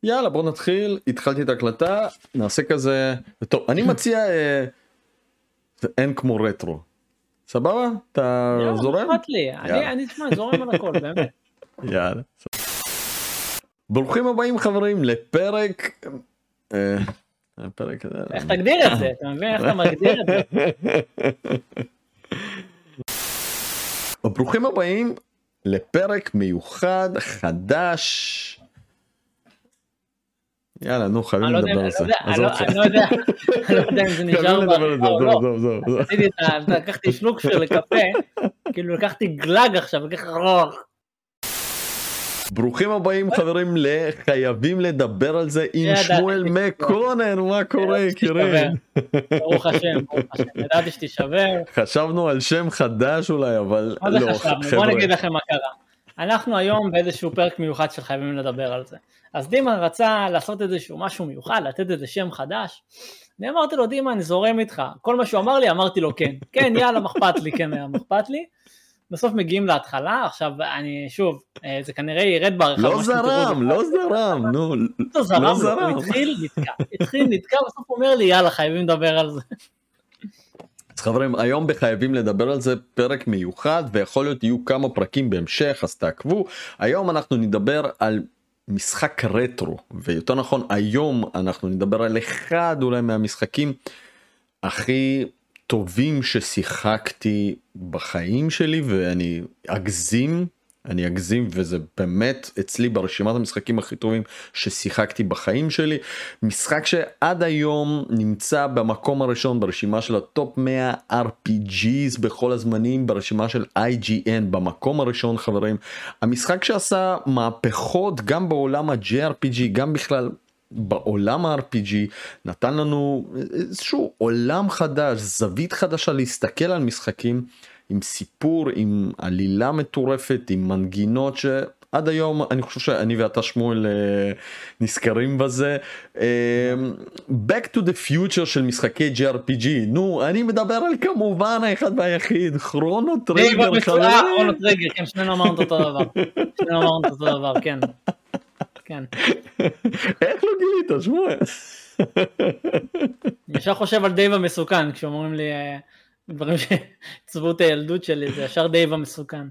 יאללה בוא נתחיל, התחלתי את ההקלטה, נעשה כזה, טוב אני מציע, אין כמו רטרו, סבבה? אתה זורם? יאללה, אכפת לי, אני זורם על הכל, באמת. יאללה. ברוכים הבאים חברים לפרק, איך תגדיר את זה? אתה מבין איך אתה מגדיר את זה? ברוכים הבאים לפרק מיוחד, חדש. יאללה, נו, חייבים לדבר על זה. אני לא יודע אם זה נשאר לקחתי שלוק של קפה, כאילו לקחתי גלג עכשיו, לקחתי רוח. ברוכים הבאים חברים לחייבים לדבר על זה עם שמואל מקונן, מה קורה יקירים? ברוך השם, ידעתי שתישבר. חשבנו על שם חדש אולי, אבל לא, חבר'ה. בוא נגיד לכם מה קרה. אנחנו היום באיזשהו פרק מיוחד שחייבים לדבר על זה. אז דימה רצה לעשות איזשהו משהו מיוחד, לתת איזה שם חדש. אני אמרתי לו, דימה, אני זורם איתך. כל מה שהוא אמר לי, אמרתי לו כן. כן, יאללה, מחפת לי, כן, מחפת לי. בסוף מגיעים להתחלה, עכשיו אני שוב, זה כנראה ירד בעריכה. לא זרם, נו. לא זרם, הוא התחיל נתקע, בסוף הוא אומר לי, יאללה, חייבים לדבר על זה. אז חברים, היום בחייבים לדבר על זה פרק מיוחד, ויכול להיות יהיו כמה פרקים בהמשך, אז תעקבו. היום אנחנו נדבר על משחק רטרו, ויותר נכון, היום אנחנו נדבר על אחד אולי מהמשחקים הכי טובים ששיחקתי בחיים שלי, ואני אגזים וזה באמת אצלי ברשימת המשחקים הכי טובים ששיחקתי בחיים שלי. משחק שעד היום נמצא במקום הראשון ברשימה של הטופ 100 RPGs בכל הזמנים, ברשימה של IGN במקום הראשון חברים. המשחק שעשה מהפכות גם בעולם ה-JRPG, גם בכלל בעולם ה-RPG, נתן לנו איזשהו עולם חדש, זווית חדשה להסתכל על משחקים, עם סיפור, עם עלילה מטורפת, עם מנגינות שעד היום אני חושב שאני ואתה שמואל נזכרים בזה. Back to the future של משחקי JRPG, נו אני מדבר על כמובן האחד והיחיד, כרונו טריגר. כרונו טריגר, כן, שנינו אמרנו אותו דבר, כן. כן. איך לא גילית, שמואל? אני ישר חושב על דייב המסוכן, כשאומרים לי דברים שצבו את הילדות שלי, זה ישר דייב המסוכן.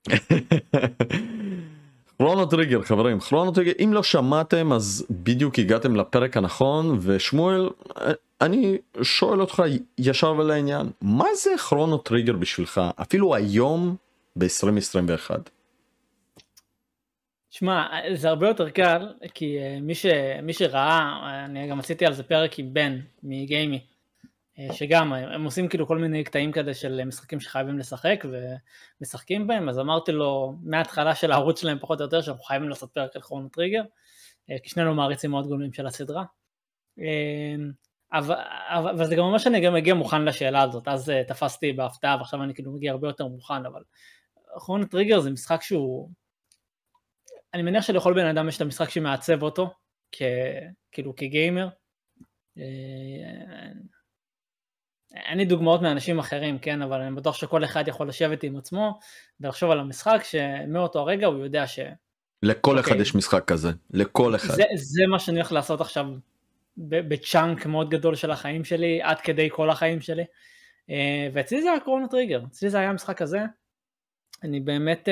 כרונו טריגר, חברים, כרונו טריגר, אם לא שמעתם אז בדיוק הגעתם לפרק הנכון, ושמואל, אני שואל אותך ישר ולעניין, מה זה כרונו טריגר בשבילך, אפילו היום ב-2021? שמע, זה הרבה יותר קל, כי מי שראה, אני גם עשיתי על זה פרק עם בן מגיימי, שגם הם עושים כאילו כל מיני קטעים כזה של משחקים שחייבים לשחק ומשחקים בהם, אז אמרתי לו מההתחלה של הערוץ שלהם פחות או יותר שאנחנו חייבים לעשות פרק על כרונו טריגר, כי שנינו מעריצים מאוד גדולים של הסדרה, אבל זה גם ממש שאני גם מגיע מוכן לשאלה הזאת, אז תפסתי בהפתעה ועכשיו אני כאילו מגיע הרבה יותר מוכן, אבל כרונו טריגר זה משחק שהוא, אני מניח שלכל בן אדם יש את המשחק שמעצב אותו, כאילו כגיימר. אין לי דוגמאות מאנשים אחרים, כן, אבל אני בטוח שכל אחד יכול לשבת עם עצמו, ולחשוב על המשחק שמאותו הרגע הוא יודע לכל אחד יש משחק כזה, לכל אחד. זה מה שאני הולך לעשות עכשיו, בצ'אנק מאוד גדול של החיים שלי, עד כדי כל החיים שלי, ואצלי זה היה כרונו טריגר, אצלי זה היה המשחק הזה, אני באמת,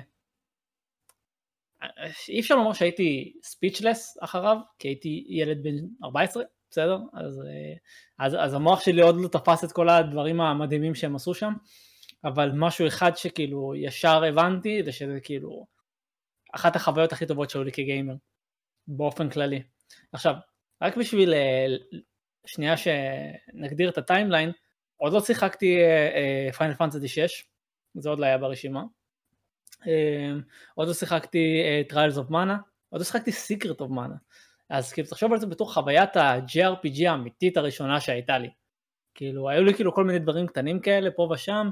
אי אפשר לומר שהייתי ספיצ'לס אחריו, כי הייתי ילד בן 14, בסדר? אז המוח שלי עוד לא תפס את כל הדברים המדהימים שהם עשו שם, אבל משהו אחד שכאילו ישר הבנתי, זה שזה כאילו אחת החוויות הכי טובות שהיו לי כגיימר, באופן כללי. עכשיו, רק בשביל שנייה שנגדיר את הטיימליין, עוד לא שיחקתי פיינל פנטזי 6, זה עוד לא היה ברשימה, עוד לא שיחקתי Trials of Mana, עוד לא שיחקתי Secret of Mana, אז כאילו תחשוב על זה בתור חוויית ה-JRPG האמיתית הראשונה שהייתה לי, כאילו היו לי כאילו כל מיני דברים קטנים כאלה פה ושם,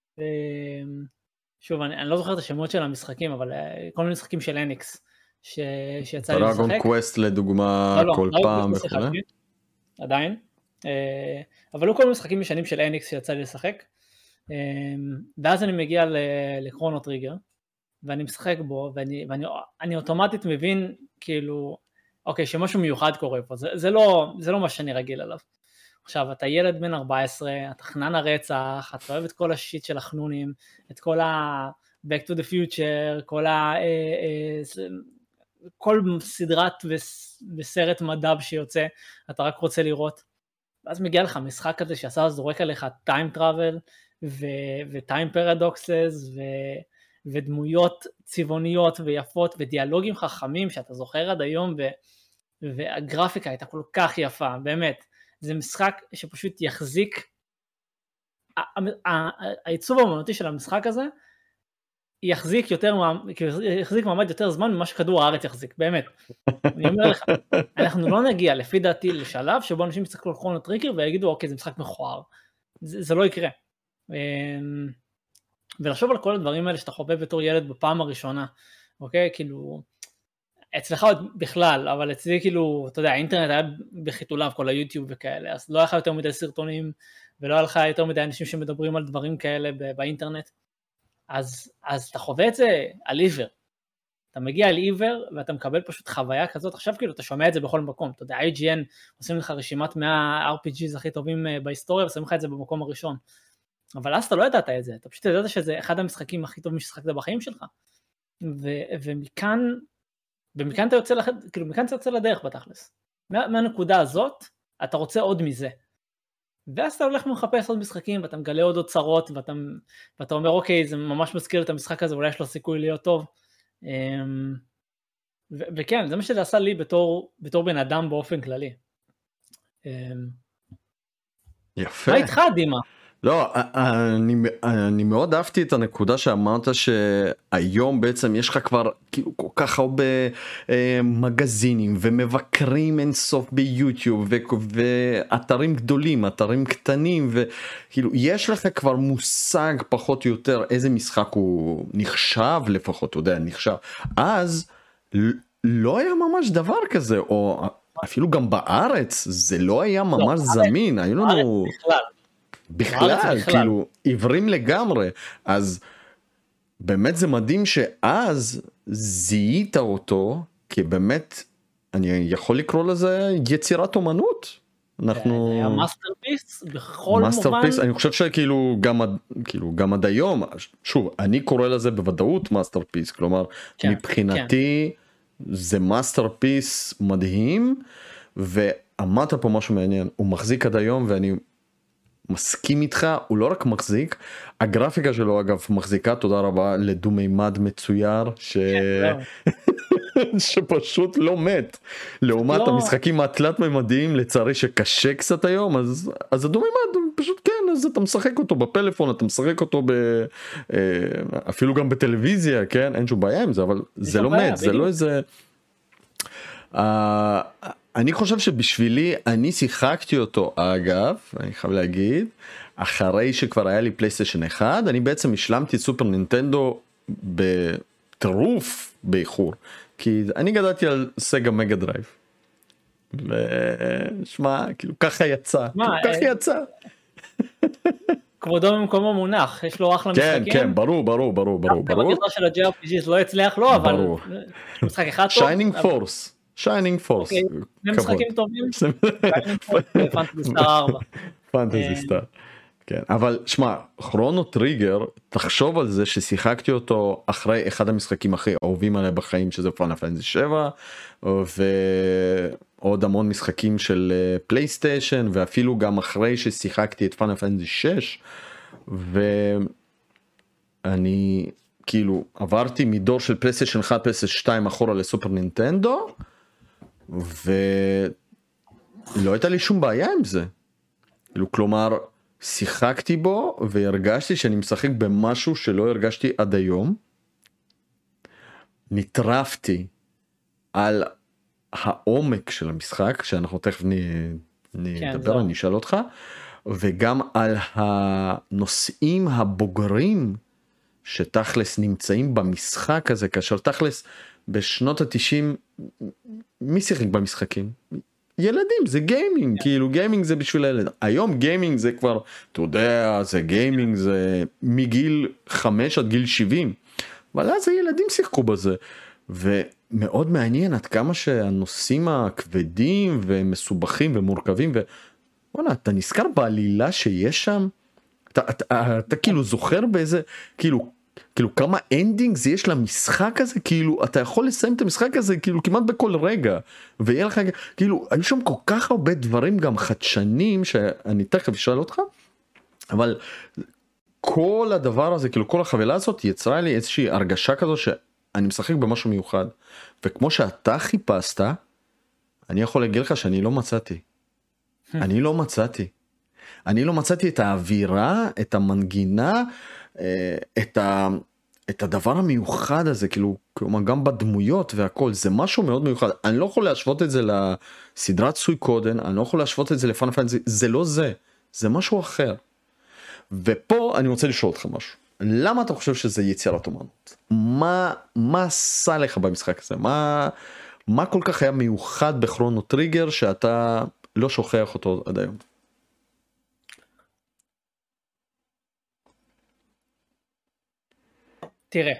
שוב אני לא זוכר את השמות של המשחקים, אבל כל מיני משחקים של אניקס שיצא לי לשחק. דרגון קווסט לדוגמה כל פעם וכו'. עדיין, אבל היו כל מיני משחקים משנים של אניקס שיצא לי לשחק, ואז אני מגיע לכרונו טריגר, ואני משחק בו, ואני אוטומטית מבין, כאילו, אוקיי, שמשהו מיוחד קורה פה, זה לא מה שאני רגיל עליו. עכשיו, אתה ילד בן 14, אתה חנן הרצח, אתה אוהב את כל השיט של החנונים, את כל ה-Back to the Future, כל סדרת וסרט מדב שיוצא, אתה רק רוצה לראות. ואז מגיע לך משחק כזה שעשה זורק עליך time travel, ו-time paradoxes, ודמויות צבעוניות ויפות, ודיאלוגים חכמים שאתה זוכר עד היום, והגרפיקה הייתה כל כך יפה, באמת. זה משחק שפשוט יחזיק, העיצוב האמנותי של המשחק הזה, יחזיק מעמד יותר זמן ממה שכדור הארץ יחזיק, באמת. אני אומר לך, אנחנו לא נגיע לפי דעתי לשלב שבו אנשים יצטרכו לכרונו טריקר ויגידו אוקיי זה משחק מכוער, זה לא יקרה. ולחשוב על כל הדברים האלה שאתה חווה בתור ילד בפעם הראשונה, אוקיי, כאילו, אצלך עוד בכלל, אבל אצלי כאילו, אתה יודע, האינטרנט היה בחיתוליו, כל היוטיוב וכאלה, אז לא היה לך יותר מדי סרטונים, ולא היה לך יותר מדי אנשים שמדברים על דברים כאלה באינטרנט, אז אתה חווה את זה על עיוור, אתה מגיע על עיוור, ואתה מקבל פשוט חוויה כזאת, עכשיו כאילו אתה שומע את זה בכל מקום, אתה יודע, IGN עושים לך רשימת 100 RPGs הכי טובים בהיסטוריה, ועושים לך את זה במקום הראשון, אבל אז אתה לא ידעת את זה, אתה פשוט ידעת שזה אחד המשחקים הכי טובים ששחקת בחיים שלך, ומכאן אתה יוצא כאילו מכאן אתה יוצא לדרך בתכלס, מהנקודה הזאת אתה רוצה עוד מזה, ואז אתה הולך ומחפש עוד משחקים, ואתה מגלה עוד אוצרות, ואתה אומר אוקיי זה ממש מזכיר את המשחק הזה, אולי יש לו סיכוי להיות טוב, וכן זה מה שזה עשה לי בתור בן אדם באופן כללי. יפה. מה איתך דימה? לא, אני מאוד אהבתי את הנקודה שאמרת שהיום בעצם יש לך כבר כאילו כל כך הרבה מגזינים ומבקרים אינסוף ביוטיוב ואתרים גדולים, אתרים קטנים, וכאילו יש לך כבר מושג פחות או יותר איזה משחק הוא נחשב, לפחות אתה יודע, נחשב. אז לא היה ממש דבר כזה, או אפילו גם בארץ זה לא היה ממש זמין, היו לנו... בכלל, כאילו, עיוורים לגמרי, אז באמת זה מדהים שאז זיהית אותו, כי באמת, אני יכול לקרוא לזה יצירת אומנות. אנחנו... זה היה מאסטרפיס בכל מובן. אני חושב שכאילו גם עד היום, שוב, אני קורא לזה בוודאות מאסטרפיס, כלומר, מבחינתי זה מאסטרפיס מדהים, ואמרת פה משהו מעניין, הוא מחזיק עד היום ואני... מסכים איתך, הוא לא רק מחזיק, הגרפיקה שלו אגב מחזיקה, תודה רבה לדו מימד מצויר, שפשוט לא מת, לעומת המשחקים התלת מימדיים לצערי שקשה קצת היום, אז הדו מימד פשוט כן, אז אתה משחק אותו בפלאפון, אתה משחק אותו אפילו גם בטלוויזיה, כן, אין שום בעיה עם זה, אבל זה לא מת, זה לא איזה... אני חושב שבשבילי, אני שיחקתי אותו אגב, אני חייב להגיד, אחרי שכבר היה לי פלייסטיישן 1, אני בעצם השלמתי את סופר נינטנדו בטירוף באיחור, כי אני גדלתי על סגה מגה דרייב, ושמע, כאילו ככה יצא, כבודו במקומו מונח, יש לו אחלה משחקים. כן, ברור. בגזרה של ה-JRPGs לא הצליח לו, אבל משחק אחד טוב. שיינינג פורס. משחקים טובים. פנטזי סטאר 4. פנטזי סטאר. כן, אבל שמע, כרונו טריגר, תחשוב על זה ששיחקתי אותו אחרי אחד המשחקים הכי אהובים עליי בחיים, שזה פיינל פנטזי 7, ועוד המון משחקים של פלייסטיישן, ואפילו גם אחרי ששיחקתי את פיינל פנטזי 6, ואני כאילו עברתי מדור של פלייסטיישן 1, פלייסטיישן 2 אחורה לסופר נינטנדו, ולא הייתה לי שום בעיה עם זה. כלומר, שיחקתי בו והרגשתי שאני משחק במשהו שלא הרגשתי עד היום. נטרפתי על העומק של המשחק, שאנחנו תכף נדבר, אני אשאל אותך, וגם על הנושאים הבוגרים שתכלס נמצאים במשחק הזה, כאשר תכלס בשנות ה-90, מי שיחק במשחקים? ילדים, זה גיימינג, כאילו גיימינג זה בשביל הילד. היום גיימינג זה כבר, אתה יודע, זה גיימינג, זה מגיל 5 עד גיל 70. אבל אז הילדים שיחקו בזה. ומאוד מעניין עד כמה שהנושאים הכבדים ומסובכים ומורכבים, ובוא'נה, אתה נזכר בעלילה שיש שם? אתה כאילו זוכר באיזה, כאילו כמה אנדינגס יש למשחק הזה, כאילו אתה יכול לסיים את המשחק הזה כאילו כמעט בכל רגע, ויהיה לך כאילו, היו שם כל כך הרבה דברים גם חדשנים שאני תכף אשאל אותך, אבל כל הדבר הזה, כאילו כל החבילה הזאת יצרה לי איזושהי הרגשה כזו שאני משחק במשהו מיוחד, וכמו שאתה חיפשת, אני יכול להגיד לך שאני לא מצאתי. אני לא מצאתי את האווירה, את המנגינה, את הדבר המיוחד הזה, כאילו, גם בדמויות והכל, זה משהו מאוד מיוחד. אני לא יכול להשוות את זה לסדרת סויקודן, אני לא יכול להשוות את זה לפאנל פנטזי, זה לא זה, זה משהו אחר. ופה אני רוצה לשאול אותך משהו. למה אתה חושב שזה יצירת אומנות? מה עשה לך במשחק הזה? מה כל כך היה מיוחד בכרונו טריגר שאתה לא שוכח אותו עד היום? תראה,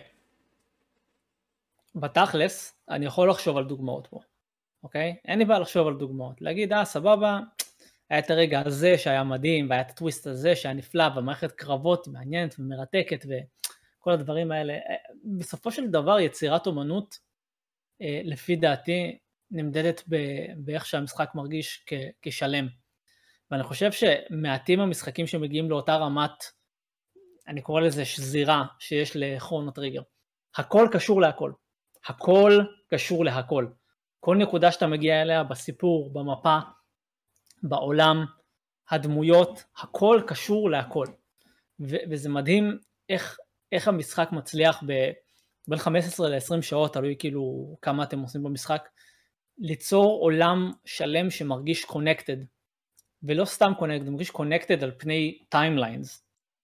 בתכלס, אני יכול לחשוב על דוגמאות פה, אוקיי? אין לי בעיה לחשוב על דוגמאות. להגיד, סבבה, היה את הרגע הזה שהיה מדהים, והיה את הטוויסט הזה שהיה נפלא, ומערכת קרבות מעניינת ומרתקת, וכל הדברים האלה. בסופו של דבר, יצירת אומנות, לפי דעתי, נמדדת באיך שהמשחק מרגיש כשלם. ואני חושב שמעטים המשחקים שמגיעים לאותה רמת, אני קורא לזה שזירה שיש לכרונו טריגר. הכל קשור להכל. הכל קשור להכל. כל נקודה שאתה מגיע אליה בסיפור, במפה, בעולם, הדמויות, הכל קשור להכל. וזה מדהים איך המשחק מצליח בין 15 ל-20 שעות, תלוי כאילו כמה אתם עושים במשחק, ליצור עולם שלם שמרגיש connected, ולא סתם connected, מרגיש connected על פני timelines.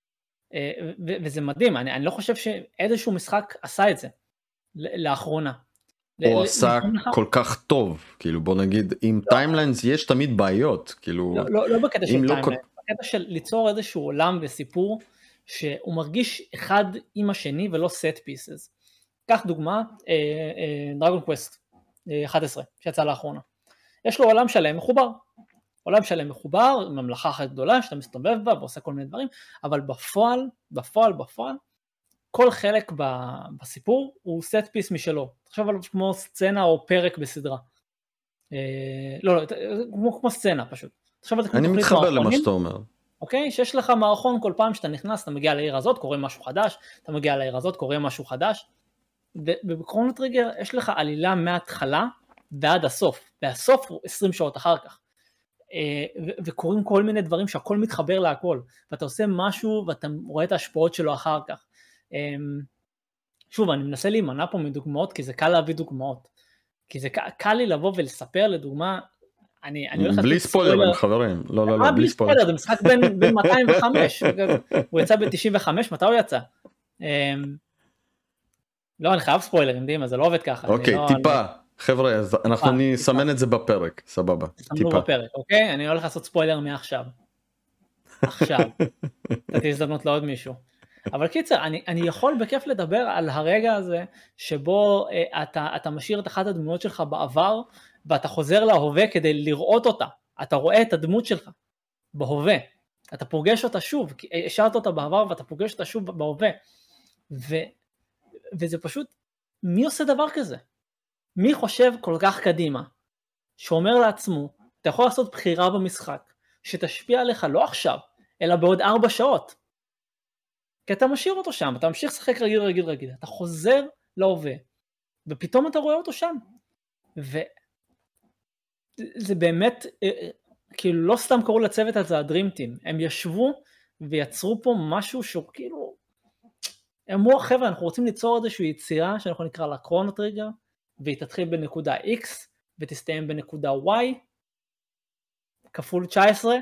וזה מדהים, אני לא חושב שאיזשהו משחק עשה את זה לאחרונה. הוא עשה כל כך טוב, כאילו בוא נגיד, עם טיימליינס יש תמיד בעיות, כאילו... לא בקטע של טיימליינס, בקטע של ליצור איזשהו עולם וסיפור, שהוא מרגיש אחד עם השני ולא set pieces. קח דוגמה, דרגון קווסט 11, שיצא לאחרונה. יש לו עולם שלם מחובר. עולם שלם מחובר, ממלכה אחת גדולה שאתה מסתובב בה ועושה כל מיני דברים, אבל בפועל, כל חלק בסיפור הוא סט פיס משלו. תחשוב עליו כמו סצנה או פרק בסדרה. לא, כמו סצנה פשוט. אני מתחבר למה שאתה אומר. אוקיי? שיש לך מערכון כל פעם שאתה נכנס, אתה מגיע לעיר הזאת, קורה משהו חדש, אתה מגיע לעיר הזאת, קורה משהו חדש, ובקרונו טריגר יש לך עלילה מההתחלה ועד הסוף, והסוף הוא 20 שעות אחר כך. וקוראים כל מיני דברים שהכל מתחבר להכל, ואתה עושה משהו ואתה רואה את ההשפעות שלו אחר כך. שוב, אני מנסה להימנע פה מדוגמאות, כי זה קל להביא דוגמאות, כי זה קל לי לבוא ולספר לדוגמה, בלי ספוילרים חברים, לא, בלי ספוילר, זה משחק בין 205, הוא יצא ב-95, מתי הוא יצא? לא, אני חייב ספוילרים, דימה, זה לא עובד ככה. אוקיי, טיפה. חבר'ה, אז אנחנו נסמן את זה בפרק, סבבה, טיפה. בפרק, אוקיי? אני הולך לעשות ספוילר מעכשיו. עכשיו. נתתי הזדמנות לעוד מישהו. אבל קיצר, אני יכול בכיף לדבר על הרגע הזה, שבו אתה משאיר את אחת הדמויות שלך בעבר, ואתה חוזר להווה כדי לראות אותה. אתה רואה את הדמות שלך בהווה. אתה פוגש אותה שוב, כי השארת אותה בעבר, ואתה פוגש אותה שוב בהווה. וזה פשוט, מי עושה דבר כזה? מי חושב כל כך קדימה, שאומר לעצמו, אתה יכול לעשות בחירה במשחק, שתשפיע עליך לא עכשיו, אלא בעוד 4 שעות. כי אתה משאיר אותו שם, אתה ממשיך לשחק רגיל, אתה חוזר להווה, ופתאום אתה רואה אותו שם. וזה באמת, כאילו לא סתם קראו לצוות הזה הדרים טים, הם ישבו ויצרו פה משהו שהוא כאילו, הם אמרו, חבר'ה, אנחנו רוצים ליצור איזושהי יצירה, שאנחנו נקרא לה קרונו טריגר, והיא תתחיל בנקודה X, ותסתיים בנקודה Y, כפול 19,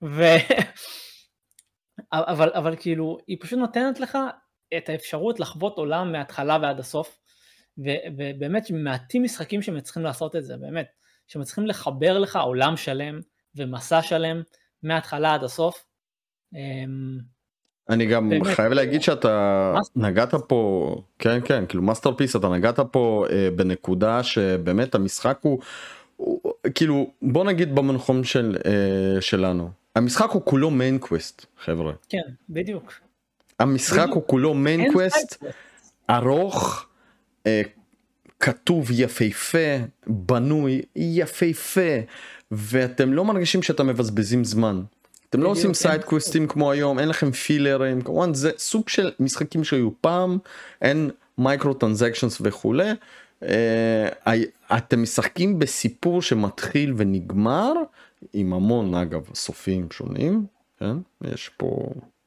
אבל כאילו, היא פשוט נותנת לך את האפשרות לחוות עולם מההתחלה ועד הסוף, ובאמת מעטים משחקים שמצליחים לעשות את זה, באמת, שמצליחים לחבר לך עולם שלם, ומסע שלם, מההתחלה עד הסוף, אני גם באמת, חייב להגיד שאתה נגעת פה, כן כן, כאילו מאסטרפיס, אתה נגעת פה בנקודה שבאמת המשחק הוא כאילו בוא נגיד במנחום שלנו, המשחק הוא כולו מיין קווסט חבר'ה. כן, בדיוק. המשחק הוא כולו מיין אין קווסט, סייד קווסט. ארוך, כתוב יפהפה, בנוי יפהפה, ואתם לא מרגישים שאתם מבזבזים זמן. אתם לא עושים סייד קווסטים כמו היום, אין לכם פילרים, כמובן זה סוג של משחקים שהיו פעם, אין מייקרו טרנזקשנס וכולי, אתם משחקים בסיפור שמתחיל ונגמר, עם המון אגב סופים שונים, כן? יש פה...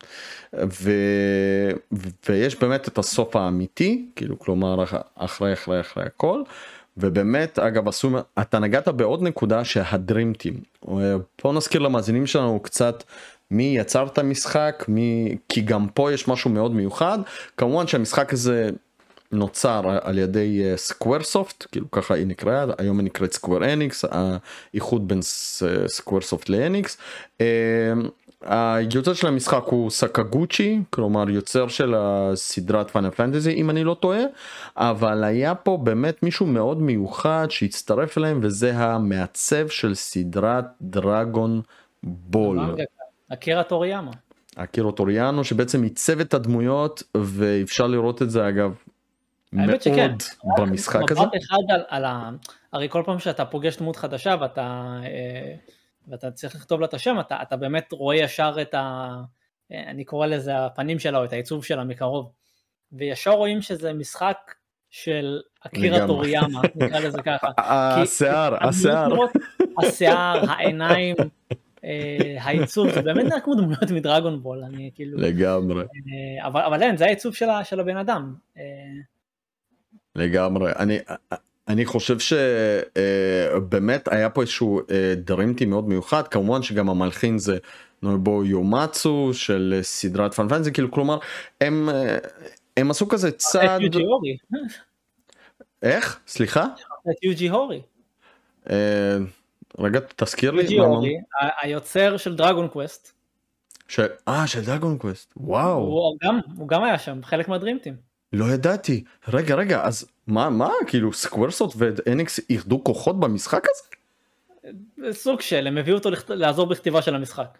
ויש באמת את הסוף האמיתי, כאילו כלומר אחרי הכל, ובאמת אגב אתה נגעת בעוד נקודה שהדרים טים, פה נזכיר למאזינים שלנו קצת מי יצר את המשחק, כי גם פה יש משהו מאוד מיוחד, כמובן שהמשחק הזה נוצר על ידי סקוורסופט, כאילו ככה היא נקראת, היום היא נקראת סקוור אניקס, האיחוד בין סקוורסופט לאניקס, היוצר של המשחק הוא סקגוצ'י, כלומר יוצר של הסדרת פיינל פנטזי אם אני לא טועה, אבל היה פה באמת מישהו מאוד מיוחד שהצטרף אליהם, וזה המעצב של סדרת דרגון בול, אקירה טוריאמה. אקירה טוריאנו, שבעצם עיצב את הדמויות, ואפשר לראות את זה אגב מאוד במשחק הזה. מבט אחד הרי כל פעם שאתה פוגש דמות חדשה ואתה צריך לכתוב לה את השם, אתה באמת רואה ישר אני קורא לזה הפנים שלה או את העיצוב שלה מקרוב, וישר רואים שזה משחק של אקירה טוריאמה, נקרא לזה ככה. השיער, העיניים, העיצוב, זה באמת נראה כמו דמויות מדרגון בול, אני כאילו... לגמרי. אבל אין, זה העיצוב של הבן אדם. לגמרי, אני חושב שבאמת היה פה איזשהו דרימטי מאוד מיוחד, כמובן שגם המלחין זה נויבו יומצו של סדרת פיינל פנטזי, כאילו כלומר הם עשו כזה צעד... יוג'י הורי. איך? סליחה? את יוג'י הורי. רגע תזכיר לי. יוג'י הורי, היוצר של דרגון קווסט. של דרגון קווסט, וואו. הוא גם היה שם, חלק מהדרימטים. לא ידעתי, רגע, אז מה, כאילו סקוורסופט ואניקס איחדו כוחות במשחק הזה? סוג של, הם הביאו אותו לעזור בכתיבה של המשחק.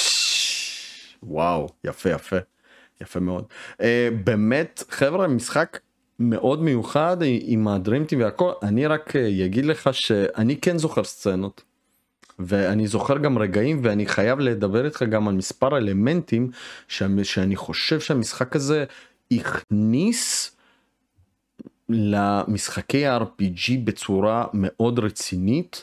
וואו, יפה מאוד. באמת, חבר'ה, משחק מאוד מיוחד עם הדרימטים והכל, אני רק אגיד לך שאני כן זוכר סצנות, ואני זוכר גם רגעים, ואני חייב לדבר איתך גם על מספר אלמנטים, שאני חושב שהמשחק הזה הכניס למשחקי ה-RPG בצורה מאוד רצינית,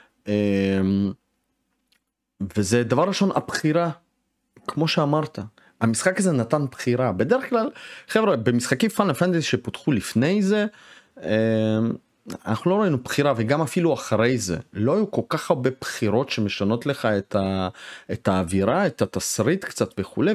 וזה דבר ראשון הבחירה, כמו שאמרת, המשחק הזה נתן בחירה, בדרך כלל חבר'ה במשחקי פיינל פנטזי שפותחו לפני זה, אנחנו לא ראינו בחירה, וגם אפילו אחרי זה, לא היו כל כך הרבה בחירות שמשנות לך את האווירה, את התסריט קצת וכולי,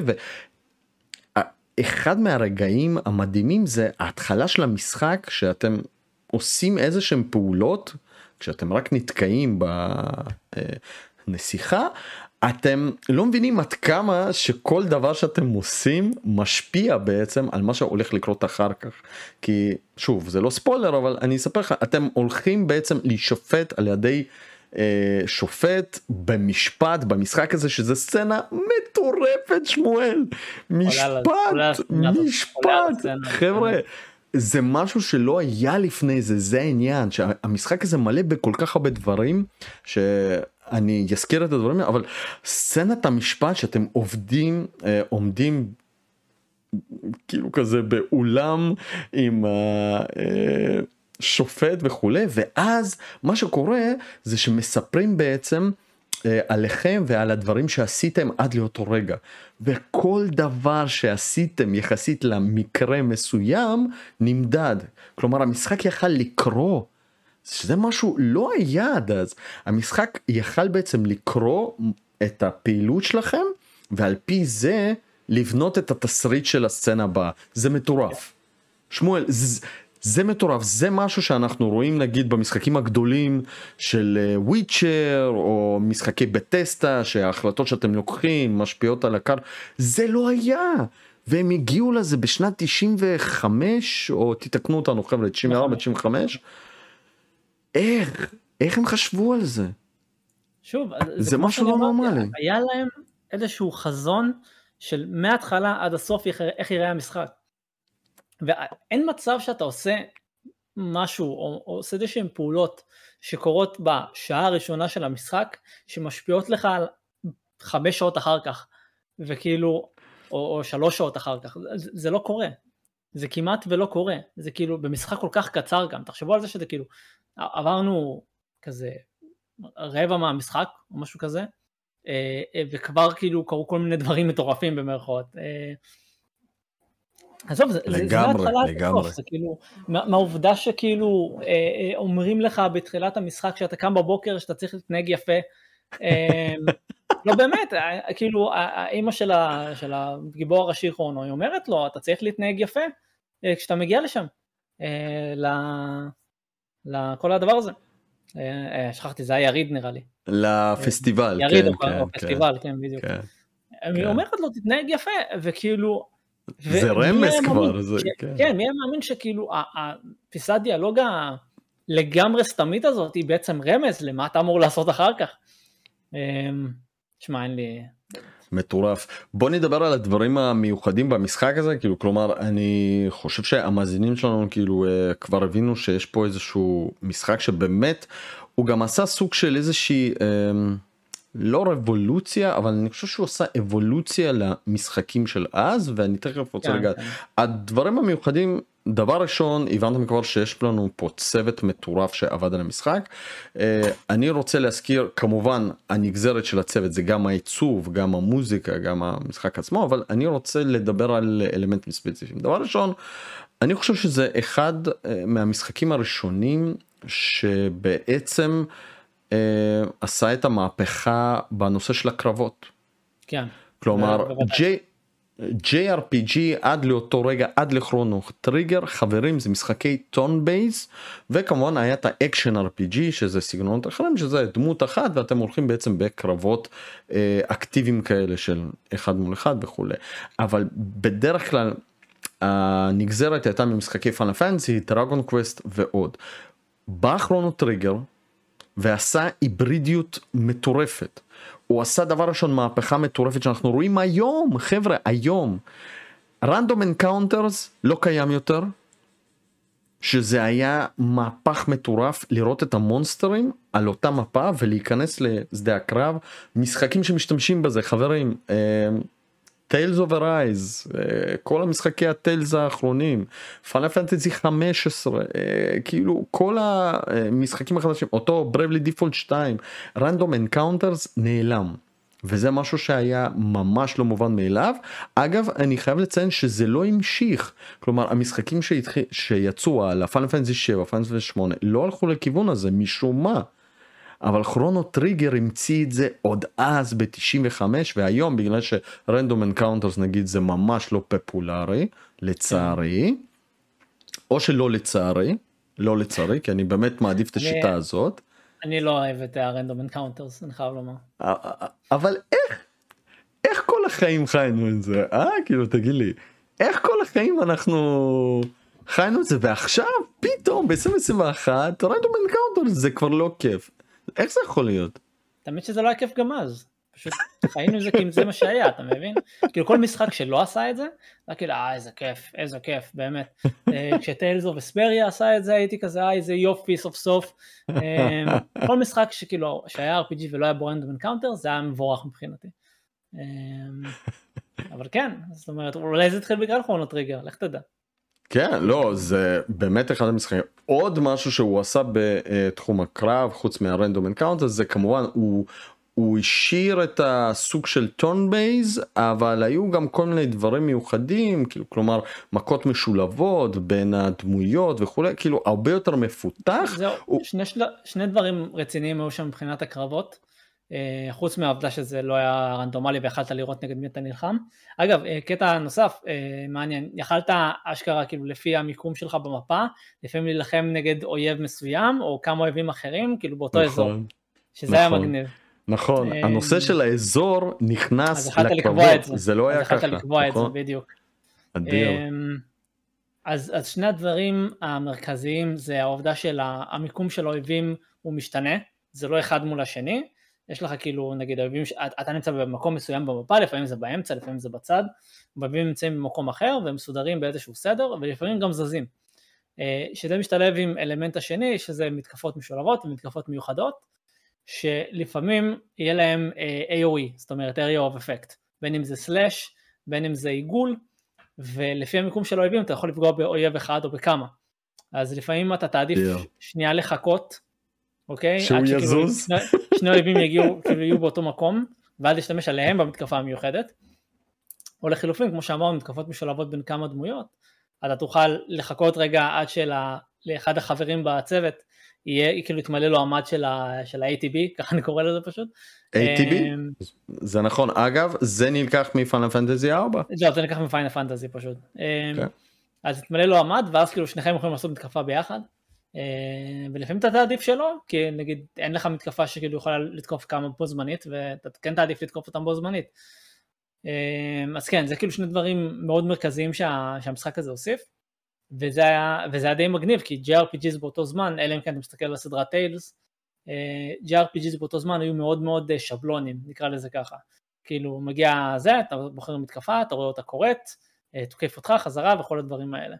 אחד מהרגעים המדהימים זה ההתחלה של המשחק, שאתם עושים איזה שהם פעולות, כשאתם רק נתקעים בנסיכה, אתם לא מבינים עד כמה שכל דבר שאתם עושים משפיע בעצם על מה שהולך לקרות אחר כך. כי שוב, זה לא ספוילר, אבל אני אספר לך, אתם הולכים בעצם להישפט על ידי שופט במשפט במשחק הזה, שזה סצנה מטורפת שמואל, משפט, חבר'ה, זה משהו שלא היה לפני זה, זה העניין, שהמשחק הזה מלא בכל כך הרבה דברים, שאני אזכיר את הדברים, אבל סצנת המשפט שאתם עומדים כאילו כזה באולם עם שופט וכולי, ואז מה שקורה זה שמספרים בעצם עליכם ועל הדברים שעשיתם עד לאותו רגע, וכל דבר שעשיתם יחסית למקרה מסוים נמדד, כלומר המשחק יכל לקרוא, שזה משהו לא היה עד אז, המשחק יכל בעצם לקרוא את הפעילות שלכם, ועל פי זה לבנות את התסריט של הסצנה הבאה, זה מטורף. שמואל, זה מטורף, זה משהו שאנחנו רואים נגיד במשחקים הגדולים של וויצ'ר או משחקי בטסטה, שההחלטות שאתם לוקחים משפיעות על הקהל, זה לא היה, והם הגיעו לזה בשנת 95, או תתקנו אותנו חבר'ה, 94, 95, איך הם חשבו על זה? שוב, זה משהו לא נורמלי. היה להם איזשהו חזון של מההתחלה עד הסוף איך יראה המשחק. ואין מצב שאתה עושה משהו, או עושה איזשהם פעולות שקורות בשעה הראשונה של המשחק, שמשפיעות לך על 5 שעות אחר כך, וכאילו, או 3 שעות אחר כך, זה לא קורה. זה כמעט ולא קורה. זה כאילו, במשחק כל כך קצר גם, תחשבו על זה שזה כאילו, עברנו כזה רבע מהמשחק, או משהו כזה, וכבר כאילו קרו כל מיני דברים מטורפים במרכאות. עזוב, זה לגמרי. זה כאילו, מהעובדה שכאילו אומרים לך בתחילת המשחק שאתה קם בבוקר שאתה צריך להתנהג יפה, לא באמת, כאילו האמא של הגיבור הראשי כרונו, היא אומרת לו, אתה צריך להתנהג יפה כשאתה מגיע לשם, לכל הדבר הזה. שכחתי, זה היה יריד נראה לי. לפסטיבל, יריד, פסטיבל, כן, בדיוק. היא אומרת לו, תתנהג יפה, וכאילו, זה רמז כבר, כן, מי מאמין שכאילו התפיסת דיאלוג לגמרי סתמית הזאת היא בעצם רמז למה אתה אמור לעשות אחר כך. תשמע, אין לי... מטורף. בוא נדבר על הדברים המיוחדים במשחק הזה, כאילו, כלומר, אני חושב שהמאזינים שלנו כאילו כבר הבינו שיש פה איזשהו משחק שבאמת הוא גם עשה סוג של איזושהי לא רבולוציה, אבל אני חושב שהוא עושה אבולוציה למשחקים של אז, ואני תכף רוצה לגעת. הדברים המיוחדים, דבר ראשון, הבנתם כבר שיש לנו פה צוות מטורף שעבד על המשחק. אני רוצה להזכיר, כמובן, הנגזרת של הצוות זה גם העיצוב, גם המוזיקה, גם המשחק עצמו, אבל אני רוצה לדבר על אלמנטים ספציפיים. דבר ראשון, אני חושב שזה אחד מהמשחקים הראשונים שבעצם עשה את המהפכה בנושא של הקרבות. כן. כלומר, JRPG עד לאותו רגע, עד לכרונו טריגר, חברים, זה משחקי טון בייס, וכמובן היה את האקשן RPG, שזה סגנונות אחרים, שזה דמות אחת, ואתם הולכים בעצם בקרבות אקטיביים כאלה של אחד מול אחד וכו'. אבל בדרך כלל, הנגזרת הייתה ממשחקי פאנל פנטזי, דרגון קווסט ועוד. בא כרונו טריגר, ועשה היברידיות מטורפת. הוא עשה דבר ראשון מהפכה מטורפת שאנחנו רואים היום, חבר'ה, היום. רנדום אנקאונטרס לא קיים יותר, שזה היה מהפך מטורף לראות את המונסטרים על אותה מפה ולהיכנס לשדה הקרב, משחקים שמשתמשים בזה, חברים, Tales of Arise, כל המשחקי הטיילס האחרונים, Final Fantasy 15, כאילו כל המשחקים החדשים, אותו Bravely Default 2, Random Encounters נעלם, וזה משהו שהיה ממש לא מובן מאליו. אגב, אני חייב לציין שזה לא המשיך, כלומר המשחקים שיצאו על Final Fantasy 7, Final Fantasy 8, לא הלכו לכיוון הזה משום מה. אבל כרונו טריגר המציא את זה עוד אז ב-95, והיום בגלל שרנדום אנקאונטרס נגיד זה ממש לא פופולרי, לצערי, או שלא לצערי, לא לצערי, כי אני באמת מעדיף את השיטה הזאת. אני לא אוהב את הרנדום אנקאונטרס, אני חייב לומר. אבל איך כל החיים חיינו את זה? כאילו תגיד לי, איך כל החיים אנחנו חיינו את זה, ועכשיו פתאום ב-2021 רנדום אנקאונטרס זה כבר לא כיף. איך זה יכול להיות? תמיד שזה לא היה כיף גם אז, פשוט חיינו את זה כי זה מה שהיה, אתה מבין? כאילו כל משחק שלא עשה את זה, היה כאילו איזה כיף, באמת. כשטיילס אוף אספריה עשה את זה, הייתי כזה, איזה יופי סוף סוף. כל משחק שכאילו, שהיה RPG ולא היה בו רנדום אנקאונטר, זה היה מבורך מבחינתי. אבל כן, זאת אומרת, אולי זה התחיל בגלל כרונו טריגר, לך תדע. כן, לא, זה באמת אחד המשחקים. עוד משהו שהוא עשה בתחום הקרב, חוץ מהרנדום אנקאונטר, זה כמובן, הוא השאיר את הסוג של טון בייז, אבל היו גם כל מיני דברים מיוחדים, כאילו, כלומר, מכות משולבות בין הדמויות וכו', כאילו, הרבה יותר מפותח. זהו, שני דברים רציניים היו שם מבחינת הקרבות. חוץ מהעובדה שזה לא היה רנדומלי ויכלת לראות נגד מי אתה נלחם. אגב, קטע נוסף, מעניין, יכלת אשכרה כאילו לפי המיקום שלך במפה, לפעמים להילחם נגד אויב מסוים, או כמה אויבים אחרים, כאילו באותו אזור, שזה היה מגניב. נכון, הנושא של האזור אז נכנס יכלת לקבוע את לקרבות, זה. זה לא היה ככה. אז יכלת לקבוע את זה, בדיוק. אדיר. אז שני הדברים המרכזיים זה העובדה של המיקום של האויבים הוא משתנה, זה לא אחד מול השני, יש לך כאילו נגיד האויבים, אתה נמצא במקום מסוים במפה, לפעמים זה באמצע, לפעמים זה בצד, האויבים נמצאים במקום אחר והם מסודרים באיזשהו סדר ולפעמים גם זזים, שזה משתלב עם אלמנט השני שזה מתקפות משולבות ומתקפות מיוחדות, שלפעמים יהיה להם AOE, זאת אומרת area of effect, בין אם זה סלאש, בין אם זה עיגול, ולפי המיקום של האויבים אתה יכול לפגוע באויב אחד או בכמה, אז לפעמים אתה תעדיף שנייה לחכות, אוקיי? שהוא יזוז? שני אויבים יגיעו, כאילו יהיו באותו מקום, ואז להשתמש עליהם במתקפה המיוחדת, או לחילופין, כמו שאמרנו, מתקפות משולבות בין כמה דמויות, אתה תוכל לחכות רגע עד שלאחד החברים בצוות, יהיה כאילו יתמלא לו המד של ה-ATB, ככה אני קורא לזה פשוט. ATB? זה נכון, אגב, זה נלקח מפיינל פנטזי 4? לא, זה נלקח מפיינל פנטזי פשוט. אז יתמלא לו המד, ואז כאילו שניכם יכולים לעשות מתקפה ביחד, ולפעמים אתה תעדיף שלא, כי נגיד אין לך מתקפה שכאילו יכולה לתקוף כמה בו זמנית, ואתה כן תעדיף לתקוף אותם בו זמנית. אז כן, זה כאילו שני דברים מאוד מרכזיים שהמשחק הזה הוסיף, וזה היה די מגניב, כי JRPGs באותו זמן, אלא אם כן אתה מסתכל על הסדרת טיילס, JRPGs באותו זמן היו מאוד מאוד שבלונים, נקרא לזה ככה. כאילו מגיע זה, אתה בוחר מתקפה, אתה רואה אותה קורית, תוקף אותך חזרה וכל הדברים האלה.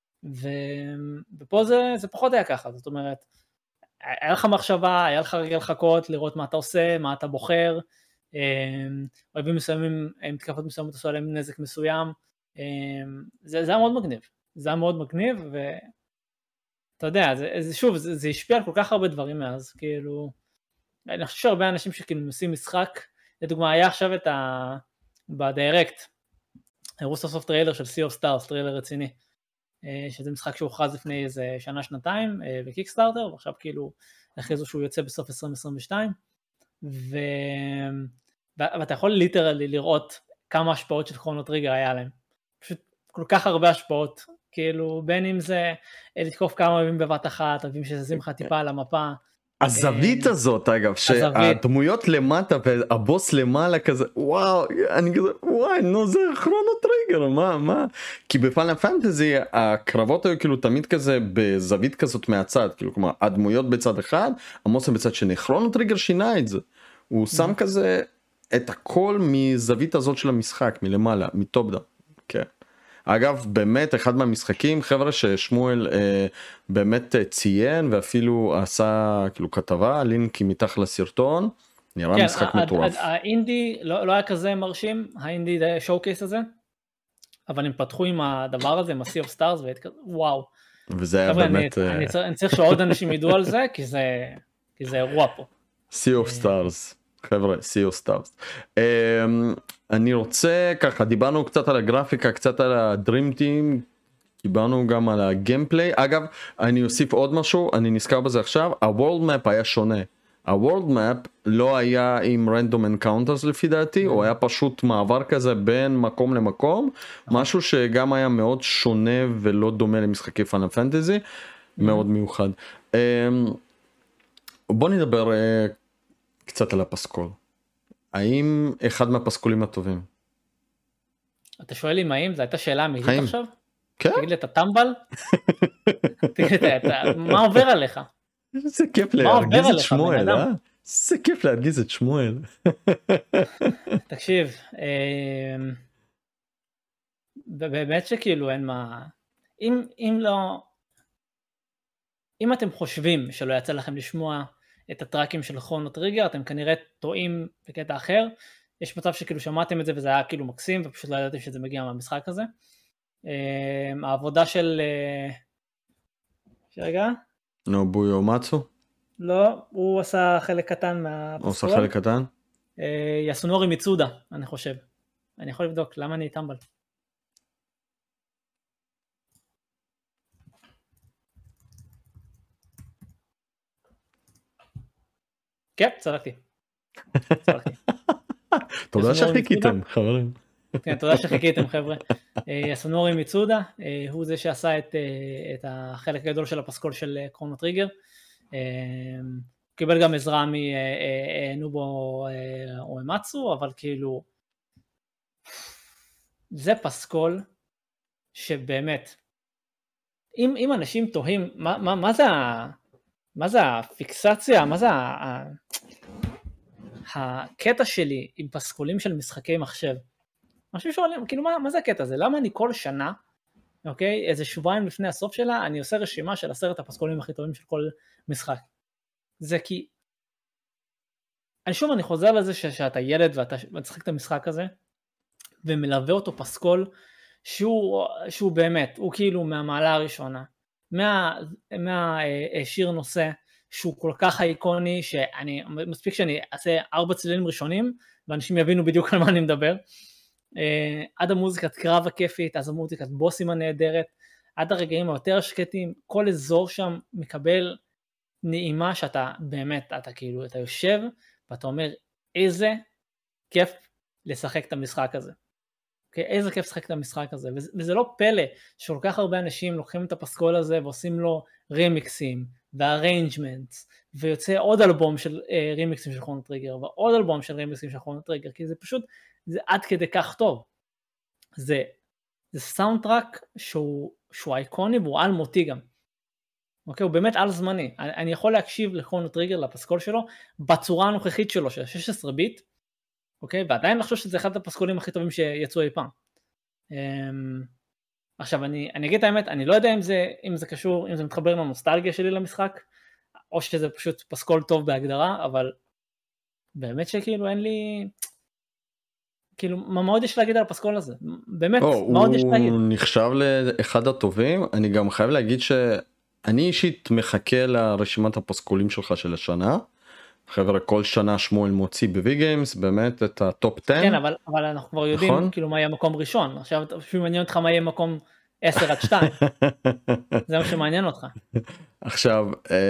ופה זה פחות היה ככה, זאת אומרת, היה לך מחשבה, היה לך רגע לחכות, לראות מה אתה עושה, מה אתה בוחר, אוהבים מסוימים, מתקפות מסוימות עשו עליהם נזק מסוים, זה היה מאוד מגניב, זה היה מאוד מגניב, ואתה יודע, שוב, זה השפיע על כל כך הרבה דברים מאז, כאילו, אני חושב שהרבה אנשים שכאילו עושים משחק, לדוגמה, היה עכשיו בדיירקט, הראו סוף סוף טריילר של Sea of Stars, טריילר רציני, שזה משחק שהוכרז לפני איזה שנה-שנתיים בקיקסטארטר, ועכשיו כאילו הכריזו שהוא יוצא בסוף 2022, ואתה יכול ליטרלי לראות כמה השפעות של כרונו טריגר היה להם, פשוט כל כך הרבה השפעות, כאילו בין אם זה לתקוף כמה אויבים בבת אחת, אויבים שזזים לך טיפה על המפה, הזווית הזאת אגב, שהדמויות למטה והבוס למעלה כזה, וואו, אני כזה, וואי, נו זה כרונו טריגר, מה? כי בפיינל פנטזי הקרבות היו כאילו תמיד כזה בזווית כזאת מהצד, כאילו כלומר הדמויות בצד אחד, המוסם בצד שני, כרונו טריגר שינה את זה, הוא שם כזה את הכל מזווית הזאת של המשחק, מלמעלה, מטופ דאון, כן. אגב, באמת אחד מהמשחקים, חבר'ה ששמואל באמת ציין ואפילו עשה כאילו כתבה, לינקים מתחת לסרטון, נראה כן, משחק מטורף. האינדי לא היה כזה מרשים, האינדי שואו-קייס הזה, אבל הם פתחו עם הדבר הזה, עם ה-Sea of Stars, וואו. וזה היה באמת... אני צריך שעוד אנשים ידעו על זה, כי זה אירוע פה. Sea of Stars. חבר'ה, Sea of Stars. אני רוצה ככה, דיברנו קצת על הגרפיקה, קצת על ה-Dream Team, דיברנו גם על הגיימפליי. אגב, אני אוסיף עוד משהו, אני נזכר בזה עכשיו, ה-World Map היה שונה. ה-World Map לא היה עם Random Encounters לפי דעתי, הוא היה פשוט מעבר כזה בין מקום למקום, משהו שגם היה מאוד שונה ולא דומה למשחקי פיינל פנטזי, מאוד מיוחד. בוא נדבר קצת על הפסקול. האם אחד מהפסקולים הטובים? אתה שואל לי מה אם? זו הייתה שאלה אמיתית עכשיו? כן. תגיד לי, אתה טמבל? תגיד לי, מה עובר עליך? זה כיף להרגיז את שמואל, אה? זה כיף להרגיז את שמואל. תקשיב, באמת שכאילו אין מה... אם לא... אם אתם חושבים שלא יצא לכם לשמוע את הטרקים של כרונו טריגר, אתם כנראה טועים בקטע אחר, יש מצב שכאילו שמעתם את זה וזה היה כאילו מקסים, ופשוט לא ידעתם שזה מגיע מהמשחק הזה. העבודה של... רגע? נובויו מצו? לא, הוא עשה חלק קטן מהפסקול. הוא עשה חלק קטן? יסונורי מיצודה, אני חושב. אני יכול לבדוק, למה אני טמבל? כן, צדקתי. צחקתי. תודה יסונורי מיצודה? שחיכיתם, חברים. כן, תודה שחיכיתם חבר'ה. יסונורי מיצודה, הוא זה שעשה את החלק הגדול של הפסקול של קרונו טריגר. קיבל גם עזרה מנובו אוהמצו, אבל כאילו, זה פסקול שבאמת, אם אנשים תוהים, מה זה הפיקסציה, מה זה הקטע שלי עם פסקולים של משחקי מחשב? אנשים שואלים, כאילו מה זה הקטע הזה? למה אני כל שנה, אוקיי, איזה שבועיים לפני הסוף שלה, אני עושה רשימה של 10 הפסקולים הכי טובים של כל משחק? זה כי, אני חוזר לזה שאתה ילד ואתה משחק את המשחק הזה, ומלווה אותו פסקול, שהוא באמת, הוא כאילו מהמעלה הראשונה, מהשיר נושא, שהוא כל כך איקוני, שאני, מספיק שאני אעשה 4 צלילים ראשונים, ואנשים יבינו בדיוק על מה אני מדבר, עד המוזיקת קרב הכיפית, אז המוזיקת בוסים הנהדרת, עד הרגעים היותר שקטים, כל אזור שם מקבל נעימה שאתה באמת, אתה כאילו, אתה יושב, ואתה אומר, איזה כיף לשחק את המשחק הזה. Okay, איזה כיף לשחק את המשחק הזה, וזה לא פלא שכל כך הרבה אנשים לוקחים את הפסקול הזה ועושים לו רימיקסים ואריינג'מנטס, ויוצא עוד אלבום של רימיקסים של כרונו טריגר, ועוד אלבום של רימיקסים של כרונו טריגר, כי זה פשוט, זה עד כדי כך טוב. זה סאונד טראק שהוא אייקוני והוא על מותי גם. אוקיי, הוא באמת על זמני. אני יכול להקשיב לכרונו טריגר, לפסקול שלו, בצורה הנוכחית שלו, של 16 ביט, אוקיי? ועדיין לחשוב שזה אחד הפסקולים הכי טובים שיצאו אי פעם. עכשיו, אני אגיד את האמת, אני לא יודע אם זה קשור, אם זה מתחבר עם הנוסטלגיה שלי למשחק, או שזה פשוט פסקול טוב בהגדרה, אבל באמת שכאילו אין לי, כאילו, מה מאוד יש להגיד על הפסקול הזה? באמת, מה עוד יש להגיד? הוא נחשב לאחד הטובים. אני גם חייב להגיד שאני אישית מחכה לרשימת הפסקולים שלך של השנה. חבר'ה, כל שנה שמואל מוציא בווי גיימס באמת את הטופ 10. כן, אבל אנחנו כבר יודעים כאילו מה יהיה מקום ראשון. עכשיו מעניין אותך מה יהיה מקום 10 עד 2. זה מה שמעניין אותך. עכשיו,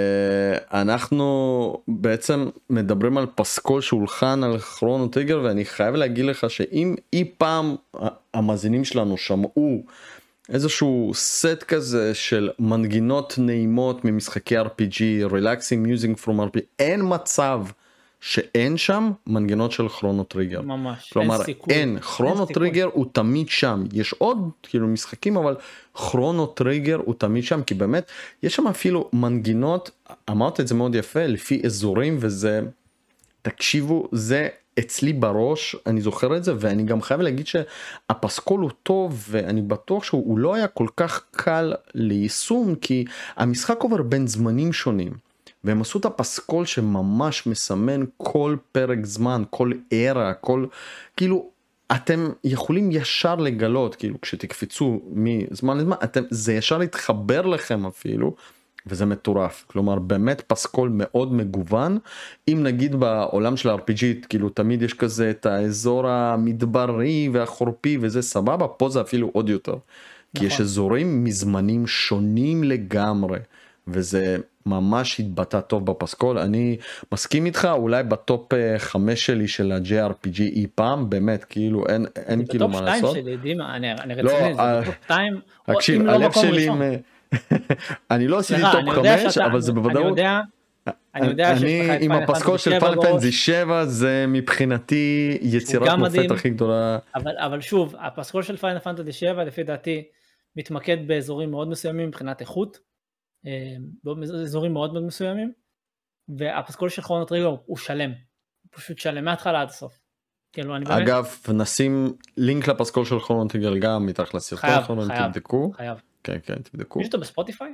אנחנו בעצם מדברים על פסקול שהולחן על כרונו טריגר, ואני חייב להגיד לך שאם אי פעם המאזינים שלנו שמעו איזשהו סט כזה של מנגינות נעימות ממשחקי RPG, Relaxing Music from RPG, אין מצב שאין שם מנגינות של כרונו טריגר. ממש, כלומר, אין סיכוי. אין, כרונו טריגר הוא תמיד שם. יש עוד כאילו משחקים, אבל כרונו טריגר הוא תמיד שם, כי באמת יש שם אפילו מנגינות, אמרת את זה מאוד יפה, לפי אזורים, וזה, תקשיבו, זה אצלי בראש, אני זוכר את זה, ואני גם חייב להגיד שהפסקול הוא טוב, ואני בטוח שהוא לא היה כל כך קל ליישום, כי המשחק עובר בין זמנים שונים, והם עשו את הפסקול שממש מסמן כל פרק זמן, כל ערה, כל, כאילו, אתם יכולים ישר לגלות, כאילו, כשתקפצו מזמן לזמן, זה ישר יתחבר לכם אפילו, וזה מטורף. כלומר, באמת פסקול מאוד מגוון. אם נגיד בעולם של ה-RPG, כאילו תמיד יש כזה את האזור המדברי והחורפי וזה סבבה, פה זה אפילו עוד יותר. כי יש אזורים מזמנים שונים לגמרי, וזה ממש התבטא טוב בפסקול. אני מסכים איתך, אולי בטופ 5 שלי של ה-JRPG אי פעם, באמת, כאילו אין כאילו מה לעשות. בטופ 2 שלי, דימה, אני רציני, זה בטופ 2, או אם לא הלב מקום שלי ראשון. אני לא עשיתי טופ 5, אבל זה בוודאות. אני יודע אני עם הפסקול של פיינל פנטזי 7, זה מבחינתי יצירת מופת הכי גדולה. אבל שוב, הפסקול של פיינל פנטזי 7 לפי דעתי מתמקד באזורים מאוד מסוימים מבחינת איכות, באזורים מאוד מאוד מסוימים, והפסקול של כרונו טריגר הוא שלם, הוא פשוט שלם מההתחלה עד הסוף. אגב, נשים לינק לפסקול של כרונו טריגר גם מתחת לסרטון, תבדקו. חייב. כן, תבדקו. יש אותו בספוטיפיי?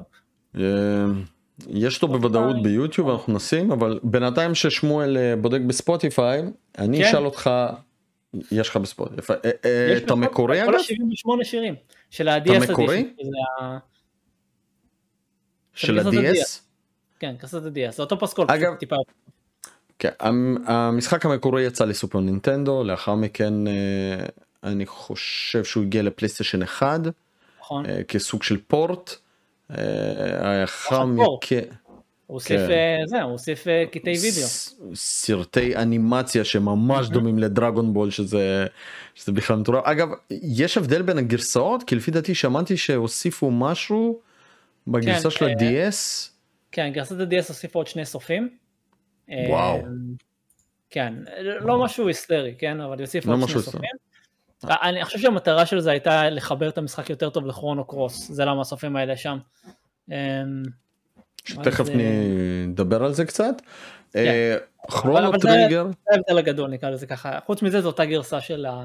יש אותו בוודאות ביוטיוב, אנחנו נשים, אבל בינתיים ששמואל בודק בספוטיפיי, אני אשאל אותך, יש לך בספוטיפיי, את המקורי אגב? כל ה-78 שירים של ה-DS. את המקורי? של ה-DS? כן, כסת ה-DS, זה אותו פסקול. אגב, כן, המשחק המקורי יצא לסופר נינטנדו, לאחר מכן אני חושב שהוא הגיע לפלייסטיישן 1, כסוג של פורט. הוא הוא הוסיף הוא הוסיף קטעי וידאו. סרטי אנימציה שממש דומים לדרגון בול, שזה בכלל מטורף. אגב, יש הבדל בין הגרסאות? כי לפי דעתי שמעתי שהוסיפו משהו בגרסה של ה-DS. כן, גרסת ה-DS הוסיפו עוד 2 סופים. וואו. כן, לא משהו היסטרי, כן, אבל יוסיפו עוד 2 סופים. אני חושב שהמטרה של זה הייתה לחבר את המשחק יותר טוב לכרונו קרוס, זה למה הסופים האלה שם. שתכף נדבר על זה קצת. כרונו טריגר. זה ההבדל הגדול, נקרא לזה ככה. חוץ מזה זו אותה גרסה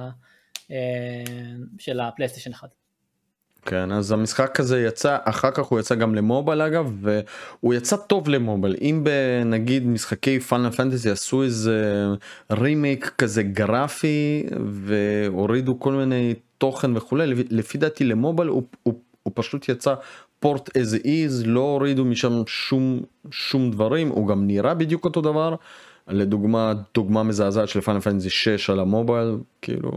של הפלייסטיישן 1. כן, אז המשחק הזה יצא, אחר כך הוא יצא גם למובייל אגב, והוא יצא טוב למובייל. אם בנגיד משחקי פאנל פנטזי עשו איזה רימייק כזה גרפי, והורידו כל מיני תוכן וכולי, לפי דעתי למובייל הוא פשוט יצא פורט as is, לא הורידו משם שום דברים, הוא גם נראה בדיוק אותו דבר. לדוגמה, דוגמה מזעזעת של פאנל פנטזי 6 על המובייל, כאילו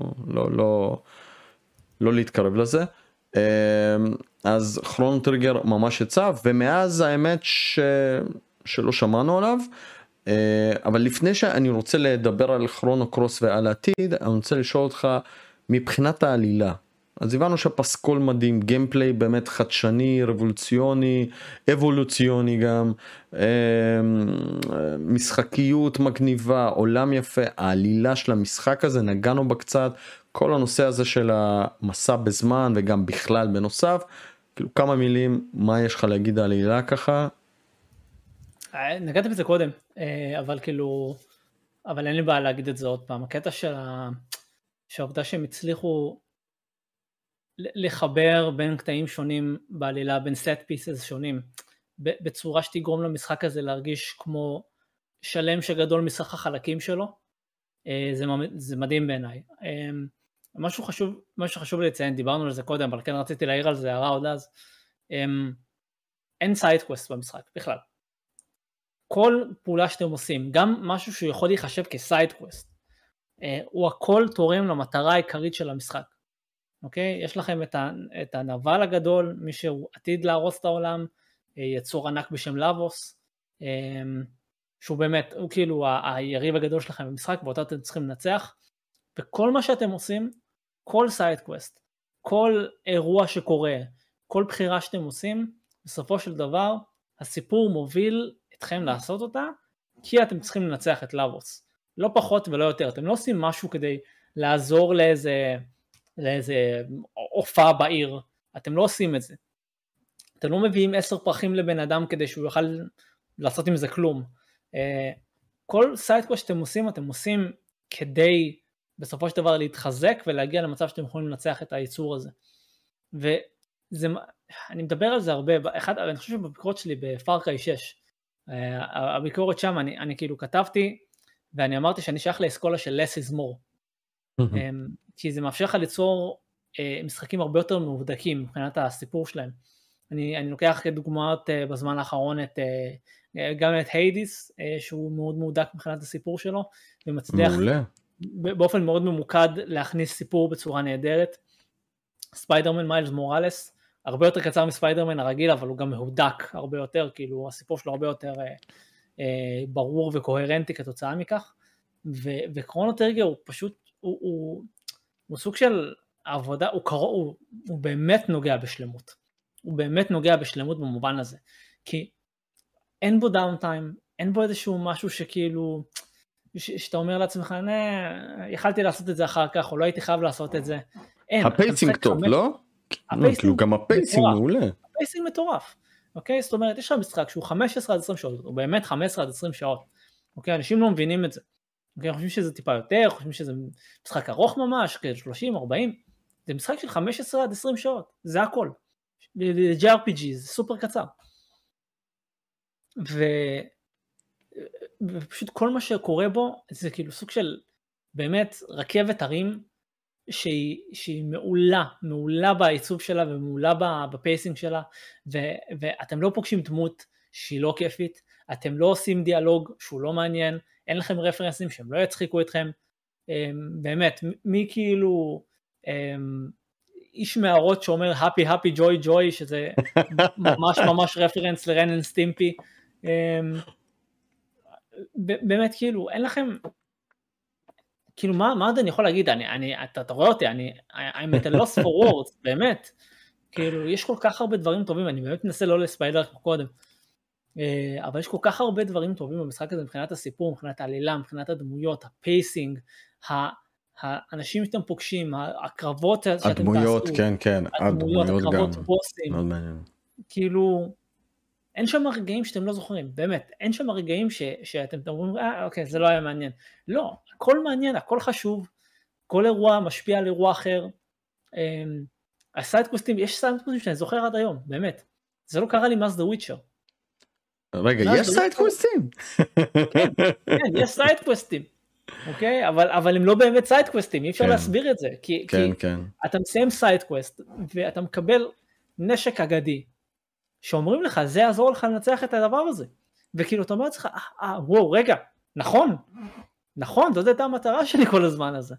לא להתקרב לזה. אז כרונו טריגר ממש יצא, ומאז האמת שלא שמענו עליו. אבל לפני שאני רוצה לדבר על כרונו קרוס ועל העתיד, אני רוצה לשאול אותך מבחינת העלילה. אז הבנו שהפסקול מדהים, גיימפליי באמת חדשני, רבולוציוני, אבולוציוני גם, משחקיות מגניבה, עולם יפה, העלילה של המשחק הזה, נגענו בה קצת, כל הנושא הזה של המסע בזמן וגם בכלל בנוסף, כאילו כמה מילים, מה יש לך להגיד על העלילה ככה? נגעתי בזה קודם, אבל אין לי בעיה להגיד את זה עוד פעם, הקטע שהעובדה שהם הצליחו לחבר בין קטעים שונים בעלילה, בין סט פיסס שונים, בצורה שתגרום למשחק הזה להרגיש כמו שלם שגדול מסך החלקים שלו, זה מדהים בעיניי. משהו חשוב לציין, דיברנו על זה קודם, אבל כן רציתי להעיר על זה הערה עוד אז, אין סייד קווסט במשחק בכלל. כל פעולה שאתם עושים, גם משהו שיכול להיחשב כסייד קווסט, הוא הכל תורם למטרה העיקרית של המשחק. אוקיי? יש לכם את הנבל הגדול, מי שהוא עתיד להרוס את העולם, יצור ענק בשם לבוס, שהוא באמת, הוא כאילו היריב הגדול שלכם במשחק, ואותו אתם צריכים לנצח, וכל מה שאתם עושים, כל סייד קווסט, כל אירוע שקורה, כל בחירה שאתם עושים, בסופו של דבר, הסיפור מוביל אתכם לעשות אותה, כי אתם צריכים לנצח את לבוס. לא פחות ולא יותר, אתם לא עושים משהו כדי לעזור לאיזה הופעה בעיר, אתם לא עושים את זה. אתם לא מביאים 10 פרחים לבן אדם כדי שהוא יוכל לעשות עם זה כלום. כל סיידקווסט שאתם עושים, אתם עושים כדי בסופו של דבר להתחזק ולהגיע למצב שאתם יכולים לנצח את היצור הזה. אני מדבר על זה הרבה, אני חושב שבביקורת שלי בפארקריי 6, הביקורת שם אני כאילו כתבתי, ואני אמרתי שאני שייך לאסכולה של less is more. כי זה מאפשר לך ליצור משחקים הרבה יותר מהודקים מבחינת הסיפור שלהם. אני לוקח כדוגמאות בזמן האחרון גם את היידיס, שהוא מאוד מהודק מבחינת הסיפור שלו, ומצליח באופן מאוד ממוקד להכניס סיפור בצורה נהדרת. ספיידרמן מיילס מוראלס, הרבה יותר קצר מספיידרמן הרגיל, אבל הוא גם מהודק הרבה יותר, כאילו הסיפור שלו הרבה יותר ברור וקוהרנטי כתוצאה מכך, וכרונו טריגר הוא פשוט, הוא סוג של עבודה, הוא באמת נוגע בשלמות, הוא באמת נוגע בשלמות במובן הזה, כי אין בו דאונטיים, אין בו איזשהו משהו שכאילו, שאתה אומר לעצמך, יכלתי לעשות את זה אחר כך, או לא הייתי חייב לעשות את זה, אין. הפייסינג טוב, לא? כאילו גם הפייסינג מעולה. הפייסינג מטורף, אוקיי? זאת אומרת, יש לך משחק שהוא 15 עד 20 שעות, הוא באמת 15 עד 20 שעות, אוקיי? אנשים לא מבינים את זה. אוקיי, חושבים שזה טיפה יותר, חושבים שזה משחק ארוך ממש, 30, 40, זה משחק של 15 עד 20 שעות, זה הכל. ל-JRPG, זה סופר קצר. ופשוט כל מה שקורה בו, זה כאילו סוג של באמת רכבת הרים, שהיא מעולה בעיצוב שלה, ומעולה בפייסינג שלה, ואתם לא פוגשים דמות שהיא לא כיפית, אתם לא עושים דיאלוג שהוא לא מעניין, אין לכם רפרנסים שהם לא יצחיקו אתכם, באמת, מי כאילו איש מערות שאומר happy happy joy joy, שזה ממש ממש רפרנס לרן אנד סטימפי, באמת כאילו, אין לכם, כאילו מה עוד אני יכול להגיד, אתה רואה אותי, I'm at a loss for words, באמת, כאילו יש כל כך הרבה דברים טובים, אני באמת מנסה לא לספיילר כמו קודם, אבל יש כל כך הרבה דברים טובים במשחק הזה, מבחינת הסיפור, מבחינת העלילה, מבחינת הדמויות, הפייסינג, האנשים שאתם פוגשים, הקרבות שאתם תעשו, הדמויות, כן, הדמויות, הדמויות גם, הקרבות בוסים, מאוד מעניין. כאילו, אין שם רגעים שאתם לא זוכרים, באמת, אין שם רגעים שאתם אומרים, אוקיי, זה לא היה מעניין. לא, הכל מעניין, הכל חשוב, כל אירוע משפיע על אירוע אחר. הסיידקווסטים, יש סיידקווסטים שאני זוכר עד היום, באמת. זה לא קרה לי מאז The Witcher. רגע, יש סיידקווסטים? כן, יש סיידקווסטים, אוקיי? אבל הם לא באמת סיידקווסטים, אי אפשר להסביר את זה, כי אתה מסיים סיידקווסט, ואתה מקבל נשק אגדי, שאומרים לך, זה יעזור לך לנצח את הדבר הזה. וכאילו, אתה אומר לך, וואו, רגע, נכון, זאת הייתה המטרה שלי כל הזמן הזה.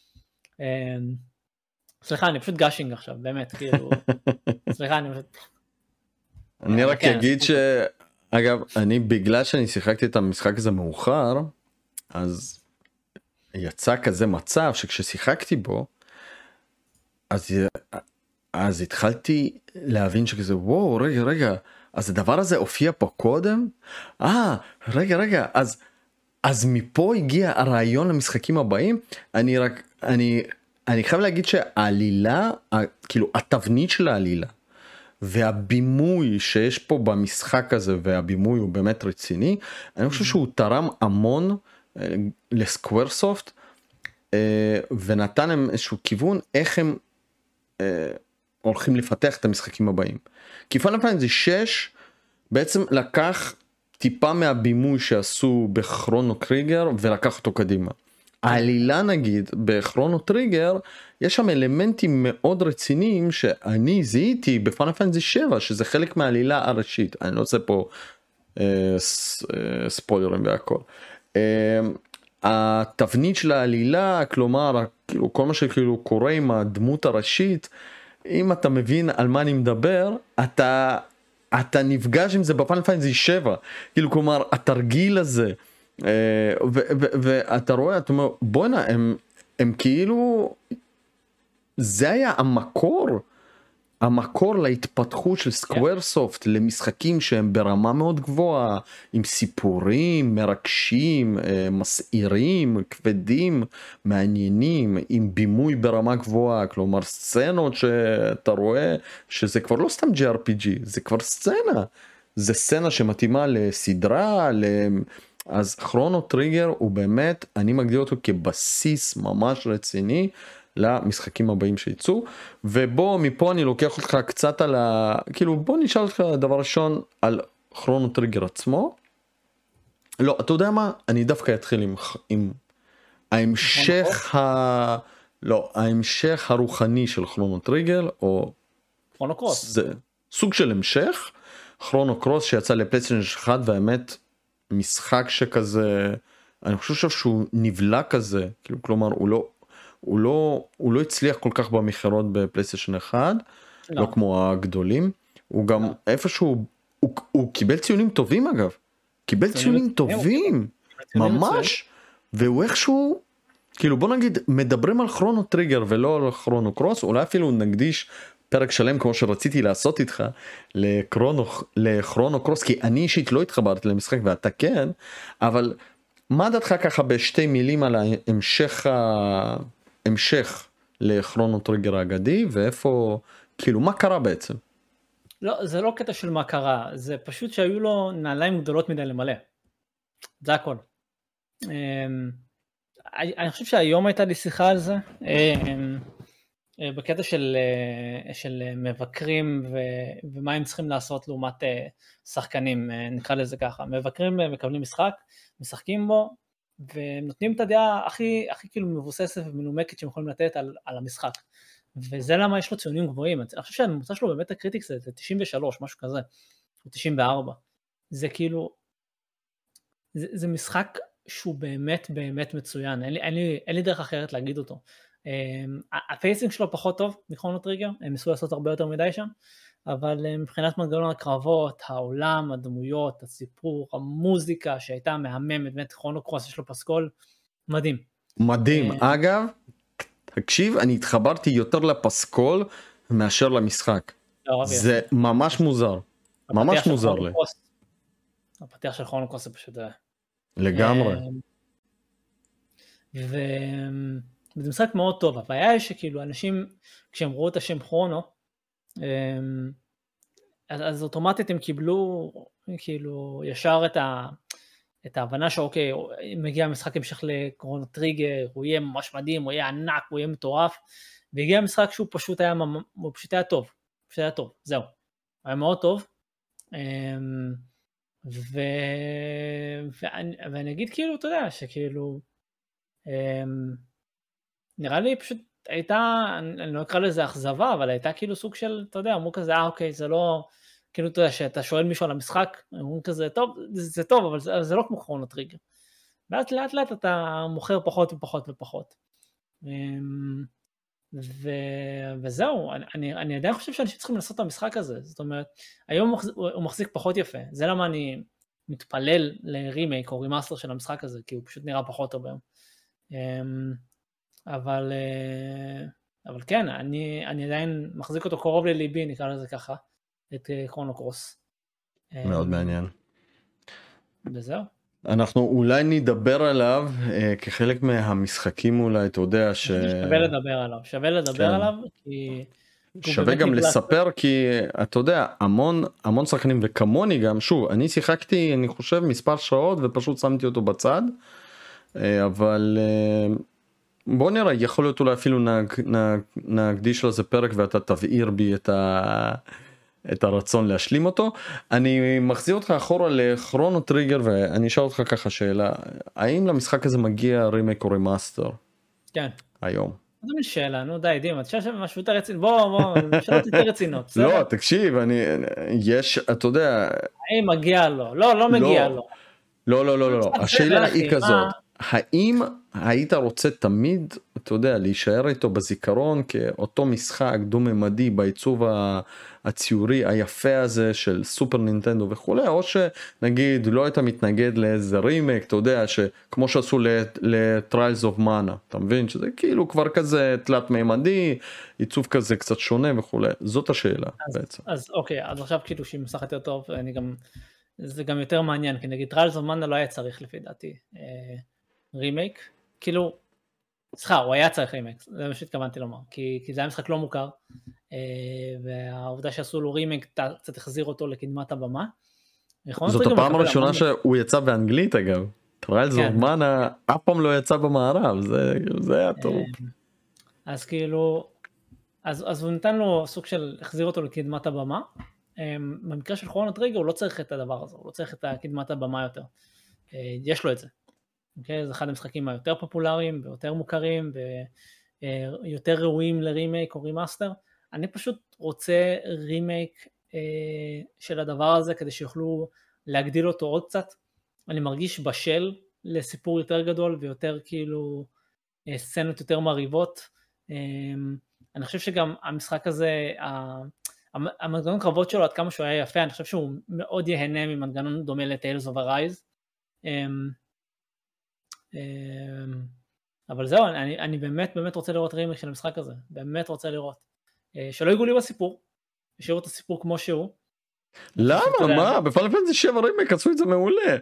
סליחה, אני פשוט גאשינג עכשיו, באמת, כאילו, סליחה, אני פשוט... אני רק אגיד אגב, בגלל שאני שיחקתי את המשחק הזה מאוחר, אז יצא כזה מצב שכששיחקתי בו, אז התחלתי להבין שכזה, וואו, רגע, אז הדבר הזה הופיע פה קודם? רגע, אז מפה הגיע הרעיון למשחקים הבאים? אני חייב להגיד שהעלילה, כאילו התבנית של העלילה, והבימוי שיש פה במשחק הזה, והבימוי הוא באמת רציני, אני חושב שהוא תרם המון לסקוורסופט, ונתן להם איזשהו כיוון איך הם הולכים לפתח את המשחקים הבאים. כי פיינל פנטזי 6 בעצם לקח טיפה מהבימוי שעשו בכרונו טריגר ולקח אותו קדימה. העלילה נגיד בכרונו טריגר יש שם אלמנטים מאוד רציניים שאני זיהיתי בפיינל פנטזי 7 שזה חלק מהעלילה הראשית. אני לא עושה פה ספוילרים והכל. התבנית של העלילה, כלומר כאילו כל מה שכאילו קורה עם הדמות הראשית, אם אתה מבין על מה אני מדבר, אתה נפגש עם זה בפיינל פנטזי 7, כאילו כלומר התרגיל הזה, ואתה רואה, אתה אומר, בוא'נה, הם כאילו, זה היה המקור להתפתחות של סקוורסופט, למשחקים שהם ברמה מאוד גבוהה, עם סיפורים מרגשים, מסעירים, כבדים, מעניינים, עם בימוי ברמה גבוהה, כלומר סצנות שאתה רואה שזה כבר לא סתם JRPG, זה כבר סצנה, זה סצנה שמתאימה לסדרה, אז כרונו טריגר הוא באמת, אני מגדיר אותו כבסיס ממש רציני, למשחקים הבאים שיצאו, ובוא מפה אני לוקח אותך קצת על כאילו בוא נשאל אותך דבר ראשון על כרונו טריגר עצמו. לא, אתה יודע מה? אני דווקא אתחיל עם ההמשך ההמשך הרוחני של כרונו טריגר, או כרונו קרוס. זה סוג של המשך, כרונו קרוס שיצא לפלייסטיישן 1, והאמת משחק שכזה, אני חושב שהוא נבלע כזה, כאילו כלומר הוא לא הצליח כל כך במחירות בפלייסטיישן 1, לא כמו הגדולים, הוא גם איפשהו, הוא קיבל ציונים טובים אגב, קיבל ציונים טובים, ממש, והוא איכשהו, כאילו בוא נגיד, מדברים על כרונו טריגר ולא על כרונו קרוס, אולי אפילו נקדיש פרק שלם כמו שרציתי לעשות איתך, לכרונו קרוס, כי אני אישית לא התחברתי למשחק ואתה כן, אבל מה דעתך ככה בשתי מילים על המשך לכרונו טריגר האגדי, ואיפה, כאילו מה קרה בעצם? לא, זה לא קטע של מה קרה, זה פשוט שהיו לו נעליים גדולות מדי למלא, זה הכל. אני חושב שהיום הייתה לי שיחה על זה, בקטע של מבקרים ומה הם צריכים לעשות לעומת שחקנים, נקרא לזה ככה, מבקרים מקבלים משחק, משחקים בו, ונותנים את הדעה הכי כאילו מבוססת ומנומקת שהם יכולים לתת על המשחק, וזה למה יש לו ציונים גבוהים. אני חושב שהממוצע שלו באמת הקריטיקס זה 93, משהו כזה, או 94, זה כאילו, זה משחק שהוא באמת באמת מצוין, אין לי דרך אחרת להגיד אותו. הפייסינג שלו פחות טוב מכרונו טריגר, הם ניסו לעשות הרבה יותר מדי שם, אבל מבחינת מנגנון הקרבות, העולם, הדמויות, הסיפור, המוזיקה שהייתה מהממת, באמת כרונו קרוס יש לו פסקול מדהים. מדהים. אגב, תקשיב, אני התחברתי יותר לפסקול מאשר למשחק. זה ממש מוזר. ממש מוזר לי. הפתיח של כרונו קרוס זה פשוט... לגמרי. וזה משחק מאוד טוב. הבעיה היא שכאילו אנשים, כשהם ראו את השם כרונו, אז אוטומטית הם קיבלו כאילו ישר את ההבנה שאוקיי, מגיע המשחק המשך לקרונו טריגר, הוא יהיה ממש מדהים, הוא יהיה ענק, הוא יהיה מטורף, והגיע המשחק שהוא פשוט היה טוב, פשוט היה טוב, זהו, היה מאוד טוב, ואני אגיד כאילו, אתה יודע, שכאילו, נראה לי פשוט הייתה, אני לא אקרא לזה אכזבה, אבל הייתה כאילו סוג של, אתה יודע, אמרו כזה, אוקיי, זה לא, כאילו, אתה יודע, שאתה שואל מישהו על המשחק, אמרו כזה, טוב, זה טוב, אבל זה לא כמו כרונו טריגר. ואז לאט לאט אתה מוכר פחות ופחות ופחות. וזהו, אני עדיין חושב שאנשים צריכים לעשות את המשחק הזה, זאת אומרת, היום הוא מחזיק פחות יפה, זה למה אני מתפלל לרימייק או רימאסטר של המשחק הזה, כי הוא פשוט נראה פחות טוב היום. אבל כן, אני עדיין מחזיק אותו קרוב לליבי, נקרא לזה ככה, את כרונו קרוס. מאוד מעניין. וזהו. אנחנו אולי נדבר עליו כחלק מהמשחקים אולי, אתה יודע שווה לדבר עליו, כי... שווה גם לספר, כי אתה יודע, המון שחקנים, וכמוני גם, שוב, אני שיחקתי, אני חושב, מספר שעות, ופשוט שמתי אותו בצד, אבל בוא נראה, יכול להיות אולי אפילו נקדיש לזה פרק, ואתה תבעיר בי את הרצון להשלים אותו. אני מחזיר אותך אחורה לכרונו טריגר, ואני אשאל אותך ככה שאלה, האם למשחק הזה מגיע רימייק או רימאסטר? כן. היום. זו מין שאלה, נו די, דימה, תשאל שם משהו יותר רצינות, בוא, שאלות יותר רצינות. לא, תקשיב, יש, אתה יודע... האם מגיע לו? לא מגיע לו. לא, השאלה היא כזאת, האם היית רוצה תמיד, אתה יודע, להישאר איתו בזיכרון כאותו משחק דו-ממדי בעיצוב הציורי היפה הזה של סופר נינטנדו וכולי, או שנגיד לא היית מתנגד לאיזה רימייק, אתה יודע, שכמו שעשו ל-Trials of Mana, אתה מבין? שזה כאילו כבר כזה תלת ממדי, עיצוב כזה קצת שונה וכולי, זאת השאלה בעצם. אז אוקיי, אז עכשיו כאילו שהיא משחק יותר טוב, זה גם יותר מעניין, כי נגיד Trials of Mana לא היה צריך לפי דעתי רימייק, כאילו, הוא היה צריך רימייק, זה מה שהתכוונתי לומר, כי זה היה משחק לא מוכר, והעובדה שעשו לו רימייק קצת החזיר אותו לקדמת הבמה. זאת הפעם הראשונה שהוא יצא באנגלית אגב, Trials of Mana אף פעם לא יצא במערב, זה היה טוב. אז כאילו, אז הוא נתן לו סוג של, החזיר אותו לקדמת הבמה, במקרה של כרונו טריגר הוא לא צריך את הדבר הזה, הוא לא צריך את קדמת הבמה יותר, יש לו את זה. Okay, זה אחד המשחקים היותר פופולריים ויותר מוכרים ויותר ראויים לרימייק או רימאסטר. אני פשוט רוצה רימייק של הדבר הזה כדי שיוכלו להגדיל אותו עוד קצת. אני מרגיש בשל לסיפור יותר גדול ויותר כאילו סצנות יותר מריבות. אני חושב שגם המשחק הזה, המנגנון קרבות שלו עד כמה שהוא היה יפה, אני חושב שהוא מאוד יהנה ממנגנון דומה ל-Tales of Arise. אבל זהו, אני באמת רוצה לראות רימייק של המשחק הזה, באמת רוצה לראות. שלא יגעו לי בסיפור, השאירו את הסיפור כמו שהוא. למה? מה? בפאנל פנטזי 7 רימייק עשו את זה מעולה.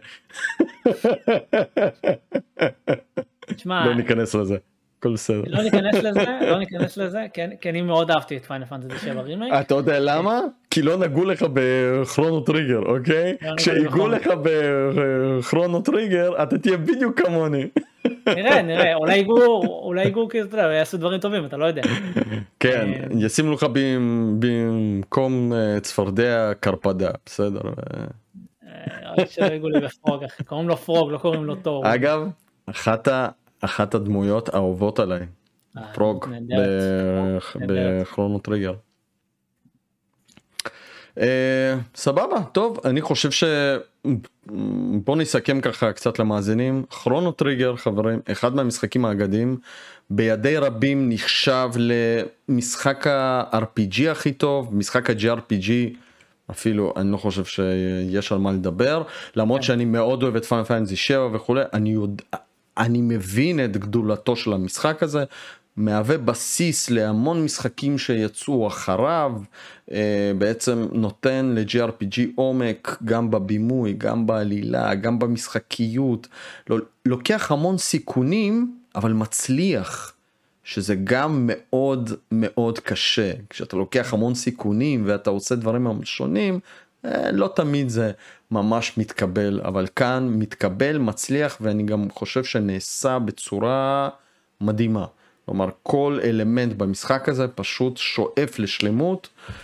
לא ניכנס לזה, הכל בסדר. לא ניכנס לזה, כי אני מאוד אהבתי את פאנל פנטזי 7 רימייק. אתה יודע למה? כי לא נגעו לך בכרונו טריגר, אוקיי? כשיגעו לך בכרונו טריגר, אתה תהיה בדיוק כמוני. נראה, אולי יגעו כי אתה יודע, יעשו דברים טובים, אתה לא יודע. כן, ישימו לך במקום צפרדע קרפדה, בסדר. שלא יגעו לי בפרוג, קוראים לו פרוג, לא קוראים לו תור. אגב, אחת הדמויות האהובות עליי, פרוג בכרונו טריגר. סבבה, טוב, אני חושב בוא נסכם ככה קצת למאזינים. כרונו טריגר, חברים, אחד מהמשחקים האגדיים, בידי רבים נחשב למשחק ה-RPG הכי טוב, משחק ה-JRPG, אפילו אני לא חושב שיש על מה לדבר, למרות שאני מאוד אוהב את פיינל פנטזי 7 וכו', אני מבין את גדולתו של המשחק הזה, מהווה בסיס להמון משחקים שיצאו אחריו, בעצם נותן ל-JRPG עומק, גם בבימוי, גם בעלילה, גם במשחקיות, לוקח המון סיכונים, אבל מצליח, שזה גם מאוד מאוד קשה, כשאתה לוקח המון סיכונים, ואתה עושה דברים שונים, לא תמיד זה ממש מתקבל, אבל כאן מתקבל, מצליח, ואני גם חושב שנעשה בצורה מדהימה. כלומר, כל אלמנט במשחק הזה פשוט שואף לשלמות,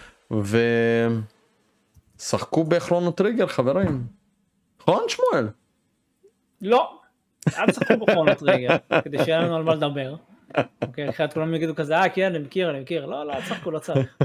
ושחקו בכרונו טריגר, חברים. נכון, שמואל? לא, אל תשחקו בכרונו טריגר, כדי שיהיה לנו על מה לדבר. אוקיי, אחרת כולם יגידו כזה, כן, אני מכיר. לא, אל תשחקו, לא צריך.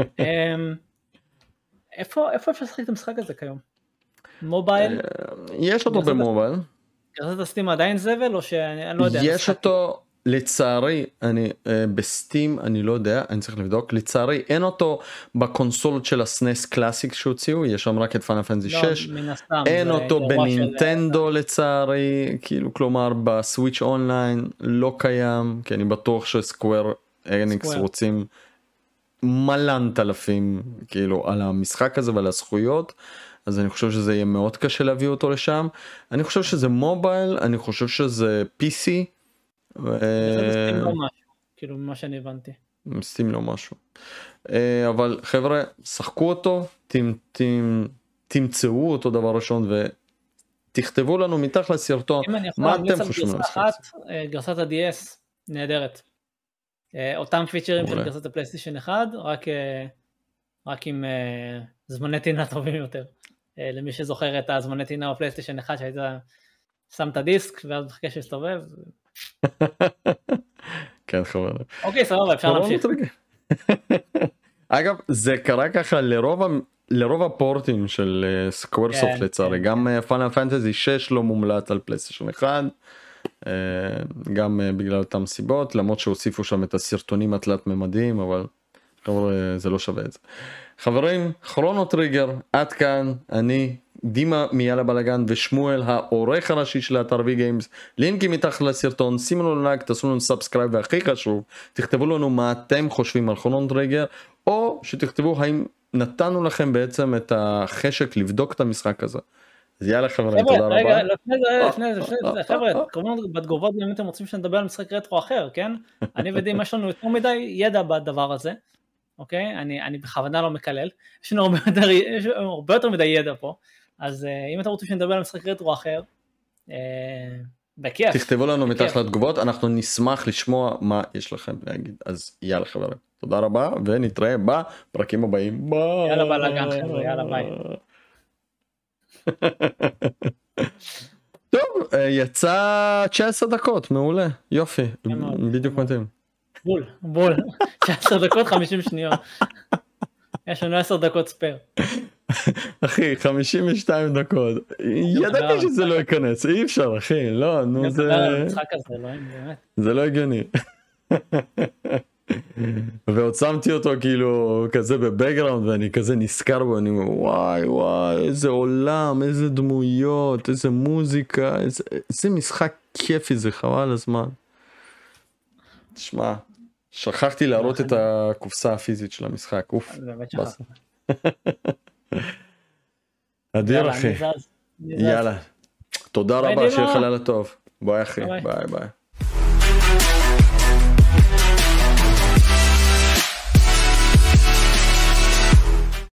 איפה אפשר לשחק את המשחק הזה כיום? מובייל? יש אותו במובייל. גרסת הסטים עדיין זבל, או שאני לא יודע? יש אותו... לצערי, אני בסטים, אני לא יודע, אני צריך לבדוק, לצערי אין אותו בקונסולות של הסנס קלאסיק שהוציאו, יש שם רק את פיינל פנטזי 6, אין אותו בנינטנדו לצערי, כאילו כלומר בסוויץ' אונליין לא קיים, כי אני בטוח שסקוואר אניקס רוצים מלנת אלפים כאילו על המשחק הזה ועל הזכויות, אז אני חושב שזה יהיה מאוד קשה להביא אותו לשם, אני חושב שזה מובייל, אני חושב שזה PC, סטים לא משהו, כאילו ממה שאני הבנתי. סטים לא משהו. אבל חבר'ה, שחקו אותו, תמצאו אותו דבר ראשון, ותכתבו לנו מתחת לסרטון, מה אתם חושבים על המשחק הזה? גרסת ה-DS נהדרת. אותם פיצ'רים של גרסת הפלייסטיישן 1, רק עם זמני טינה טובים יותר. למי שזוכר את הזמני טינה בפלייסטיישן 1, שהיית שם את הדיסק, ואז מחכה שיסתובב, כן, חבר. אוקיי, סבבה, אפשר להמשיך. אגב, זה קרה ככה לרוב הפורטים של סקוורסופט לצערי, גם פיינל פנטזי 6 לא מומלץ על פלייסטיישן 1, גם בגלל אותם סיבות, למרות שהוסיפו שם את הסרטונים התלת ממדיים, אבל זה לא שווה את זה. חברים, כרונו טריגר, עד כאן, אני דימה מיאללה בלגן ושמואל העורך הראשי של האתר וי גיימס, לינקים מתחת לסרטון, שימו לנו לייק, תעשו לנו סאבסקרייב, והכי חשוב, תכתבו לנו מה אתם חושבים על כרונו טריגר, או שתכתבו האם נתנו לכם בעצם את החשק לבדוק את המשחק הזה. אז יאללה חברים, תודה רבה. רגע, לפני זה, חבר'ה, כמובן בתגובות אם אתם רוצים שנדבר על משחק רטרו אחר, כן? אני ודימה יש לנו יותר מדי ידע בדבר הזה, אוקיי? אני בכוונה לא מקלל, יש לנו הרבה יותר מדי ידע פה, אז אם אתם רוצים שנדבר על משחק רטרו אחר, בכיף. תכתבו לנו מתחת לתגובות, אנחנו נשמח לשמוע מה יש לכם להגיד, אז יאללה חברים, תודה רבה, ונתראה בפרקים הבאים. ביי. יאללה בלגן חבר'ה, יאללה ביי. טוב, יצא 19 דקות, מעולה, יופי, בדיוק מתאים. בול, 19 דקות 50 שניות. יש לנו 10 דקות ספייר. אחי, 52 דקות. ידעתי שזה לא ייכנס, אי אפשר אחי, לא, נו זה... זה לא הגיוני. ועוד שמתי אותו כאילו כזה בבקגראונד, ואני כזה נזכר בו, אני אומר וואי, איזה עולם, איזה דמויות, איזה מוזיקה, איזה משחק כיפי זה, חבל הזמן. תשמע, שכחתי להראות את הקופסה הפיזית של המשחק, אוף. באמת שכחתי. אדיר אחי. יאללה. תודה רבה, שיהיה לך לילה טוב. ביי אחי, ביי.